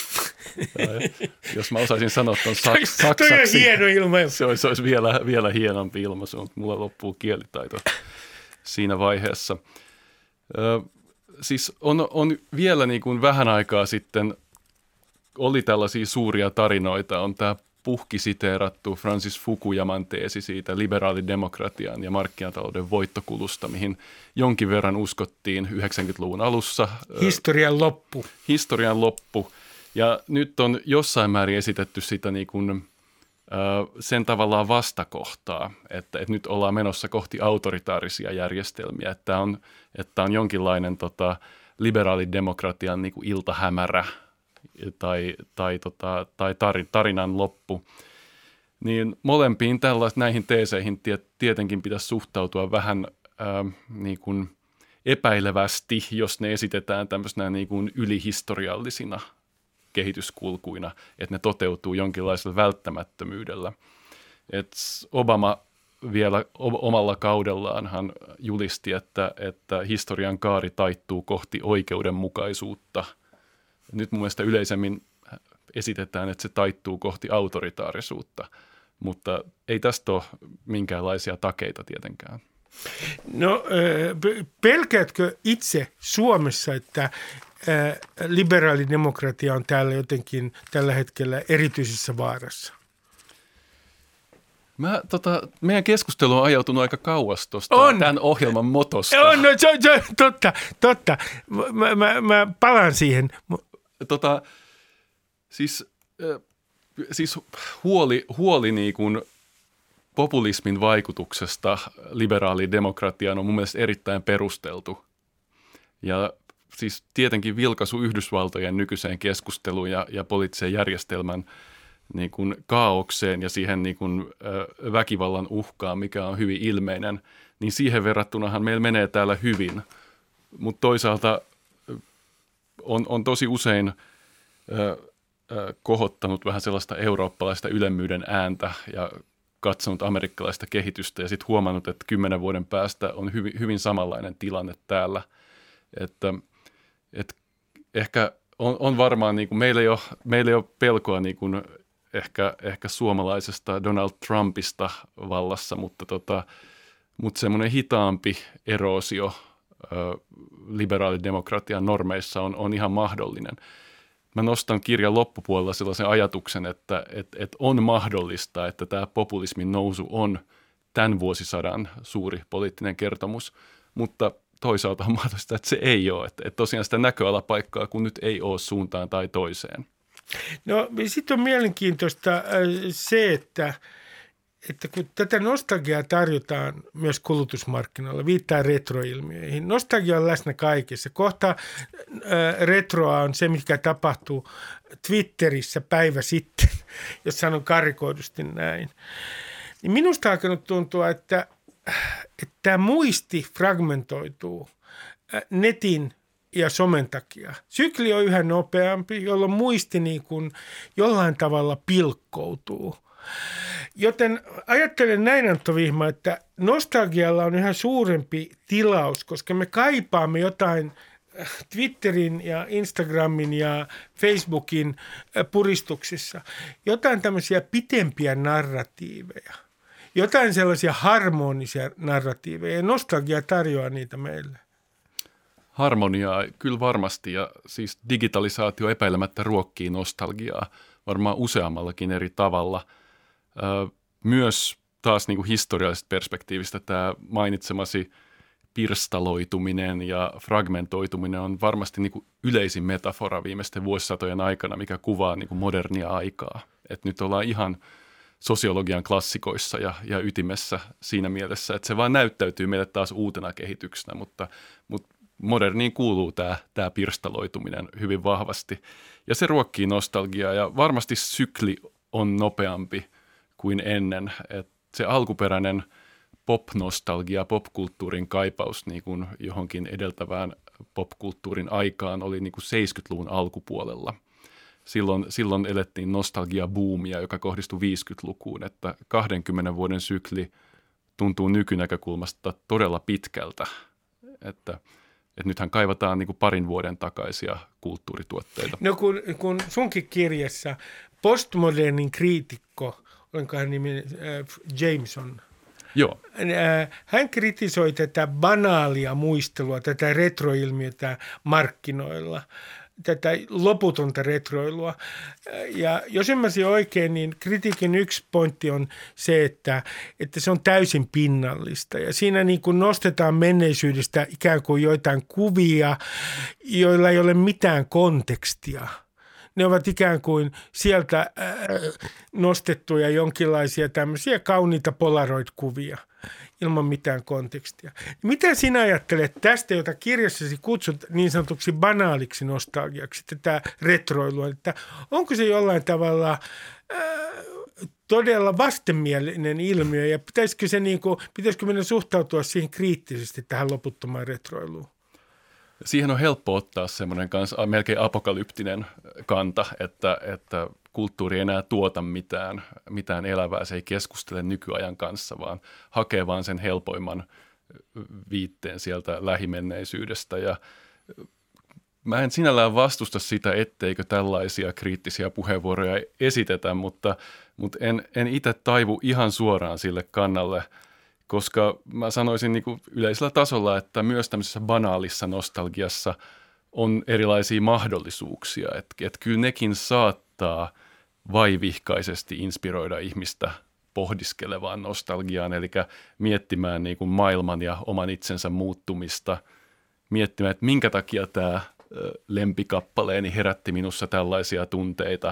Jos mä osaisin sanoa tuon saks- saksaksi, toi on hieno ilmaisu. Se olisi, se olisi vielä, vielä hienompi ilmaisu, mutta mulla loppuu kielitaito siinä vaiheessa. Ö, siis on, on vielä niin kuin vähän aikaa sitten oli tällaisia suuria tarinoita. On tämä puhkisiteerattu Francis Fukuyaman teesi siitä liberaalidemokratian ja markkinatalouden voittokulusta, mihin jonkin verran uskottiin yhdeksänkymmentäluvun alussa. Historian loppu. Historian loppu. Ja nyt on jossain määrin esitetty sitä niin kuin, sen tavallaan vastakohtaa, että, että nyt ollaan menossa kohti autoritaarisia järjestelmiä, että on, että on jonkinlainen tota, liberaalidemokratian niin kuin iltahämärä tai, tai, tota, tai tarinan loppu. Niin molempiin tällaisiin näihin teeseihin tietenkin pitäisi suhtautua vähän ää, niin kuin epäilevästi, jos ne esitetään tämmöisenä niin kuin ylihistoriallisina kehityskulkuina, että ne toteutuu jonkinlaisella välttämättömyydellä. Et Obama vielä omalla kaudellaanhan julisti, että, että historian kaari taittuu kohti oikeudenmukaisuutta. Nyt mun mielestä yleisemmin esitetään, että se taittuu kohti autoritaarisuutta, mutta ei tästä ole minkäänlaisia takeita tietenkään. No pelkäätkö itse Suomessa, että liberaalidemokratia on täällä jotenkin tällä hetkellä erityisessä vaarassa? Mä, tota, meidän keskustelu on ajautunut aika kauas tuosta tämän ohjelman motosta. On, no, se, se, totta, totta. Mä, mä, mä palaan siihen. Tota, siis, äh, siis huoli, huoli niin kuin populismin vaikutuksesta liberaalidemokratiaan on mun mielestä erittäin perusteltu. Ja siis tietenkin vilkaisu Yhdysvaltojen nykyiseen keskusteluun ja, ja poliittisen järjestelmän niin kuin kaaukseen ja siihen niin kuin, ö, väkivallan uhkaan, mikä on hyvin ilmeinen, niin siihen verrattunahan meillä menee täällä hyvin. Mutta toisaalta on, on tosi usein ö, ö, kohottanut vähän sellaista eurooppalaista ylemmyyden ääntä ja katsonut amerikkalaista kehitystä ja sitten huomannut, että kymmenen vuoden päästä on hyvin, hyvin samanlainen tilanne täällä. Että et ehkä on, on varmaan, niin kuin, meillä, ei ole, meillä ei ole pelkoa niin kuin ehkä, ehkä suomalaisesta Donald Trumpista vallassa, mutta, tota, mutta semmoinen hitaampi eroosio ö, liberaalidemokratian normeissa on, on ihan mahdollinen. Mä nostan kirjan loppupuolella sellaisen ajatuksen, että et, et on mahdollista, että tämä populismin nousu on tämän vuosisadan suuri poliittinen kertomus, mutta toisaalta on mahdollista, että se ei ole. Että, että tosiaan sitä näköalapaikkaa, kun nyt ei ole suuntaan tai toiseen. No sitten on mielenkiintoista se, että, että kun tätä nostalgiaa tarjotaan myös kulutusmarkkinoilla, viittaa retroilmiöihin. Nostalgia on läsnä kaikessa. Kohta retroa on se, mikä tapahtuu Twitterissä päivä sitten, jos sanon karikoidusti näin. Niin minusta on alkanut tuntua, että että tämä muisti fragmentoituu netin ja somen takia. Sykli on yhä nopeampi, jolloin muisti niin kuin jollain tavalla pilkkoutuu. Joten ajattelen näin, Antto Vihma, että nostalgialla on yhä suurempi tilaus, koska me kaipaamme jotain Twitterin ja Instagramin ja Facebookin puristuksissa, jotain tämmöisiä pitempiä narratiiveja. Jotain sellaisia harmonisia narratiiveja ja nostalgia tarjoaa niitä meille. Harmoniaa kyllä varmasti ja siis digitalisaatio epäilemättä ruokkii nostalgiaa, varmaan useammallakin eri tavalla. Myös taas niin kuin historiallisesta perspektiivistä tämä mainitsemasi pirstaloituminen ja fragmentoituminen on varmasti niin kuin yleisin metafora viimeisten vuosisatojen aikana, mikä kuvaa niin kuin modernia aikaa. Et nyt ollaan ihan sosiologian klassikoissa ja, ja ytimessä siinä mielessä, että se vaan näyttäytyy meille taas uutena kehityksenä, mutta, mutta moderniin kuuluu tämä, tämä pirstaloituminen hyvin vahvasti. Ja se ruokkii nostalgiaa ja varmasti sykli on nopeampi kuin ennen. Et se alkuperäinen pop-nostalgia, popkulttuurin kaipaus niin kuin johonkin edeltävään popkulttuurin aikaan oli niin kuin seitsemänkymmentäluvun alkupuolella. Silloin, silloin elettiin nostalgia-buumia, joka kohdistui viisikymmentälukuun, että kahdenkymmenen vuoden sykli tuntuu nykynäkökulmasta todella pitkältä, että, että nythän kaivataan niin kuin parin vuoden takaisia kulttuurituotteita. No kun, kun sunkin kirjassa postmodernin kriitikko, olenkohan nimi äh, Jameson, Joo. Hän kritisoi tätä banaalia muistelua, tätä retroilmiötä markkinoilla, tätä loputonta retroilua. Ja jos ymmärsin oikein, niin kritiikin yksi pointti on se, että, että se on täysin pinnallista. Ja siinä niin kuin nostetaan menneisyydestä ikään kuin joitain kuvia, joilla ei ole mitään kontekstia. Ne ovat ikään kuin sieltä äh, nostettuja jonkinlaisia tämmöisiä kauniita polaroid-kuvia ilman mitään kontekstia. Mitä sinä ajattelet tästä, jota kirjassasi kutsut niin sanotuksi banaaliksi nostalgiaksi, tätä retroilua, että onko se jollain tavalla äh, todella vastenmielinen ilmiö ja pitäisikö, se niin kuin, pitäisikö meidän suhtautua siihen kriittisesti tähän loputtomaan retroiluun? Siihen on helppo ottaa semmoinen kanssa melkein apokalyptinen kanta, että, että kulttuuri ei enää tuota mitään, mitään elävää. Se ei keskustele nykyajan kanssa, vaan hakee vaan sen helpoimman viitteen sieltä lähimenneisyydestä. Ja mä en sinällään vastusta sitä, etteikö tällaisia kriittisiä puheenvuoroja esitetä, mutta, mutta en, en itse taivu ihan suoraan sille kannalle, koska mä sanoisin niin kuin yleisellä tasolla, että myös tämmöisessä banaalissa nostalgiassa on erilaisia mahdollisuuksia. Että et kyllä nekin saattaa vaivihkaisesti inspiroida ihmistä pohdiskelevaan nostalgiaan, eli miettimään niin kuin maailman ja oman itsensä muuttumista, miettimään, että minkä takia tämä lempikappaleeni herätti minussa tällaisia tunteita,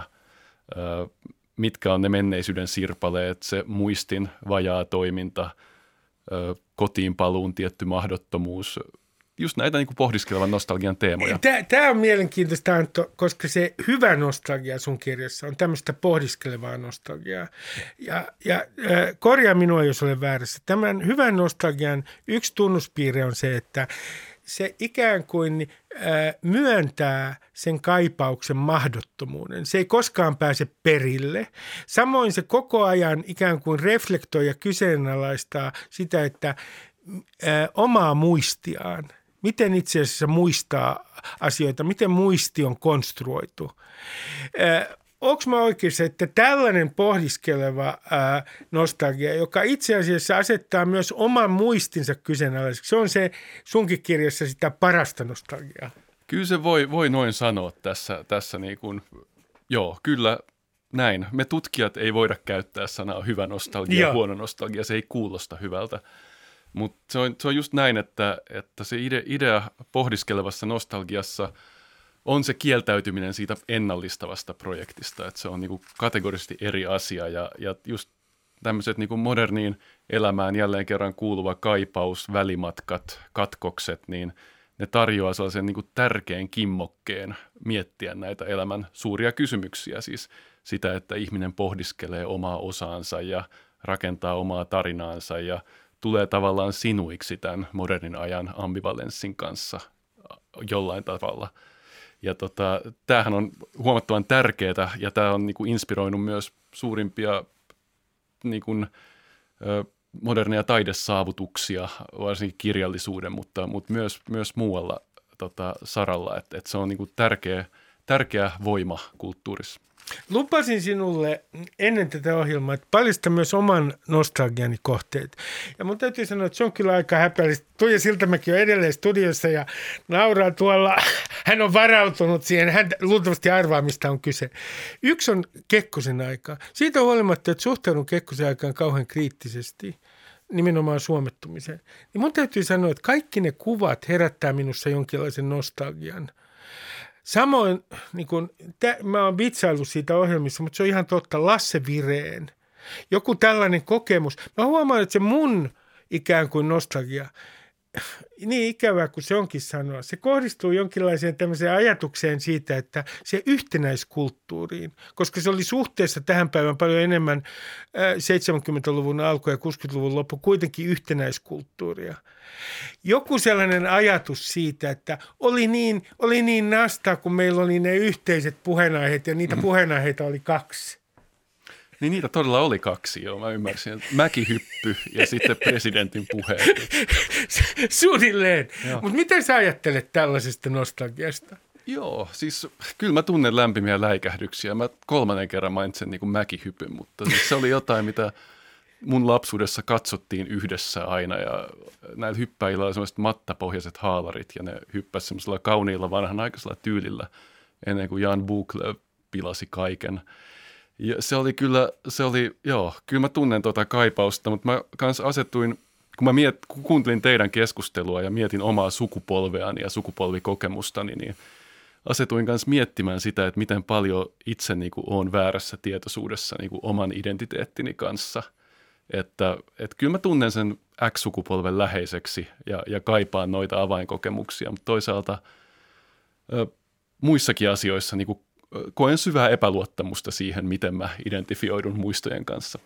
mitkä on ne menneisyyden sirpaleet, se muistin vajaa toiminta, kotiin paluun tietty mahdottomuus, just näitä niin kuin pohdiskelevan nostalgian teemoja. Tämä on mielenkiintoista, Antto, koska se hyvä nostalgia sun kirjassa on tämmöistä pohdiskelevaa nostalgiaa. Ja, ja äh, korjaa minua, jos olen väärässä. Tämän hyvän nostalgian yksi tunnuspiirre on se, että se ikään kuin äh, myöntää sen kaipauksen mahdottomuuden. Se ei koskaan pääse perille. Samoin se koko ajan ikään kuin reflektoi ja kyseenalaistaa sitä, että äh, omaa muistiaan, miten itse asiassa muistaa asioita, miten muisti on konstruoitu. Äh, Onko mä oikeassa, että tällainen pohdiskeleva ää, nostalgia, joka itse asiassa asettaa myös oman muistinsa kyseenalaiseksi, se on se sunkin kirjassa sitä parasta nostalgiaa? Kyllä se voi, voi noin sanoa tässä, tässä niin kuin, joo, kyllä näin. Me tutkijat ei voida käyttää sanaa hyvä nostalgia ja huono nostalgia, se ei kuulosta hyvältä. Mutta se on, se on just näin, että, että se idea, idea pohdiskelevassa nostalgiassa on se kieltäytyminen siitä ennallistavasta projektista, että se on niinku kategorisesti eri asia ja, ja just tämmöiset niinku moderniin elämään jälleen kerran kuuluva kaipaus, välimatkat, katkokset, niin ne tarjoaa sellaisen niinku tärkeän kimmokkeen miettiä näitä elämän suuria kysymyksiä, siis sitä, että ihminen pohdiskelee omaa osaansa ja rakentaa omaa tarinaansa ja tulee tavallaan sinuiksi tämän modernin ajan ambivalenssin kanssa jollain tavalla. Ja tota, tämähän on huomattavan tärkeää ja tämä on niinku inspiroinut myös suurimpia niinku, moderneja taidesaavutuksia, varsinkin kirjallisuuden, mutta, mutta myös, myös muualla tota, saralla. Et, et se on niinku tärkeä, tärkeä voima kulttuurissa. Lupasin sinulle ennen tätä ohjelmaa, että paljastan myös oman nostalgiani kohteet. Ja mun täytyy sanoa, että se on kyllä aika häpeällistä. Tuija Siltamäki on edelleen studiossa ja nauraa tuolla. Hän on varautunut siihen. Hän luultavasti arvaa, mistä on kyse. Yksi on Kekkosen aika. Siitä huolimatta, että suhtaudun Kekkosen aikaan kauhean kriittisesti, nimenomaan suomettumiseen. Niin mun täytyy sanoa, että kaikki ne kuvat herättää minussa jonkinlaisen nostalgian. Samoin, niin kun, tä, mä oon vitsaillut siitä ohjelmissa, mutta se on ihan totta, Lasse Vireen. Joku tällainen kokemus. Mä huomaan, että se mun ikään kuin nostalgia, niin ikävää kuin se onkin sanoa, se kohdistuu jonkinlaiseen tämmöiseen ajatukseen siitä, että se yhtenäiskulttuuriin, koska se oli suhteessa tähän päivään paljon enemmän seitsemänkymmentäluvun alku ja kuusikymmentäluvun loppu kuitenkin yhtenäiskulttuuria. Joku sellainen ajatus siitä, että oli niin, oli niin nastaa, kun meillä oli ne yhteiset puheenaiheet ja niitä mm. puheenaiheita oli kaksi. Niin niitä todella oli kaksi, joo. Mä ymmärsin. Mäkihyppy ja sitten presidentin puheet. Suunnilleen. Mutta miten sä ajattelet tällaisesta nostalgiasta? Joo, siis kyllä mä tunnen lämpimiä läikähdyksiä. Mä kolmannen kerran mainitsen niin kuin mäkihypyn, mutta siis se oli jotain, mitä mun lapsuudessa katsottiin yhdessä aina. Ja näillä hyppäjillä oli sellaiset mattapohjaiset haalarit ja ne hyppäsivät semmoisella kauniilla vanhanaikaisella tyylillä ennen kuin Jan Buchler pilasi kaiken. Ja se oli kyllä, se oli, joo, kyllä mä tunnen tuota kaipausta, mutta mä kanssa asettuin, kun mä miet, kun kuuntelin teidän keskustelua ja mietin omaa sukupolveani ja sukupolvikokemustani, niin asetuin kanssa miettimään sitä, että miten paljon itse niin kuin olen väärässä tietoisuudessa niin kuin oman identiteettini kanssa. Että, että kyllä mä tunnen sen X-sukupolven läheiseksi ja, ja kaipaan noita avainkokemuksia, mutta toisaalta ö, muissakin asioissa niin kuin koen syvää epäluottamusta siihen, miten mä identifioidun muistojen kanssa.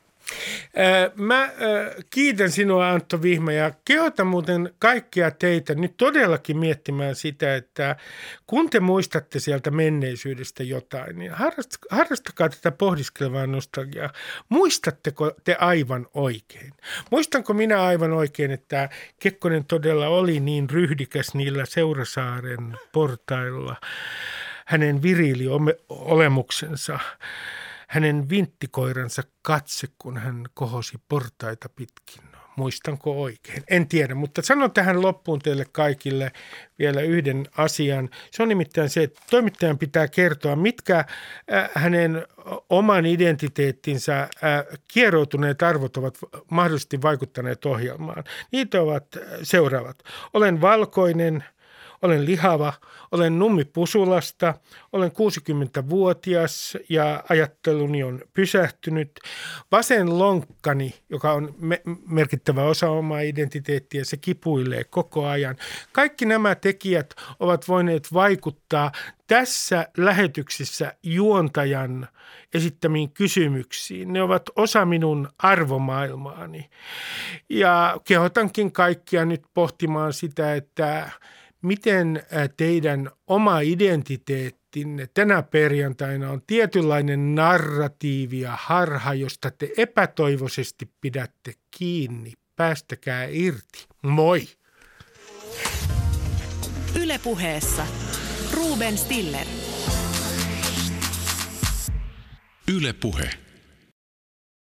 Mä kiitän sinua, Antto Vihma, ja kehotan muuten kaikkia teitä nyt todellakin miettimään sitä, että kun te muistatte sieltä menneisyydestä jotain, niin harrastakaa tätä pohdiskelevaa nostalgiaa. Muistatteko te aivan oikein? Muistanko minä aivan oikein, että Kekkonen todella oli niin ryhdikäs niillä Seurasaaren portailla? Hänen viriili olemuksensa, hänen vinttikoiransa katse, kun hän kohosi portaita pitkin. Muistanko oikein? En tiedä, mutta sanon tähän loppuun teille kaikille vielä yhden asian. Se on nimittäin se, että toimittajan pitää kertoa, mitkä hänen oman identiteettinsä kieroutuneet arvot ovat mahdollisesti vaikuttaneet ohjelmaan. Niitä ovat seuraavat. Olen valkoinen. Olen lihava, olen Nummi Pusulasta, olen kuusikymmentävuotias ja ajatteluni on pysähtynyt. Vasen lonkkani, joka on me- merkittävä osa omaa identiteettiä, se kipuilee koko ajan. Kaikki nämä tekijät ovat voineet vaikuttaa tässä lähetyksessä juontajan esittämiin kysymyksiin. Ne ovat osa minun arvomaailmaani. Ja kehotankin kaikkia nyt pohtimaan sitä, että miten teidän oma identiteettinne tänä perjantaina on tietynlainen narratiivi ja harha, josta te epätoivoisesti pidätte kiinni. Päästäkää irti. Moi! Yle Puheessa Ruben Stiller. Yle Puhe.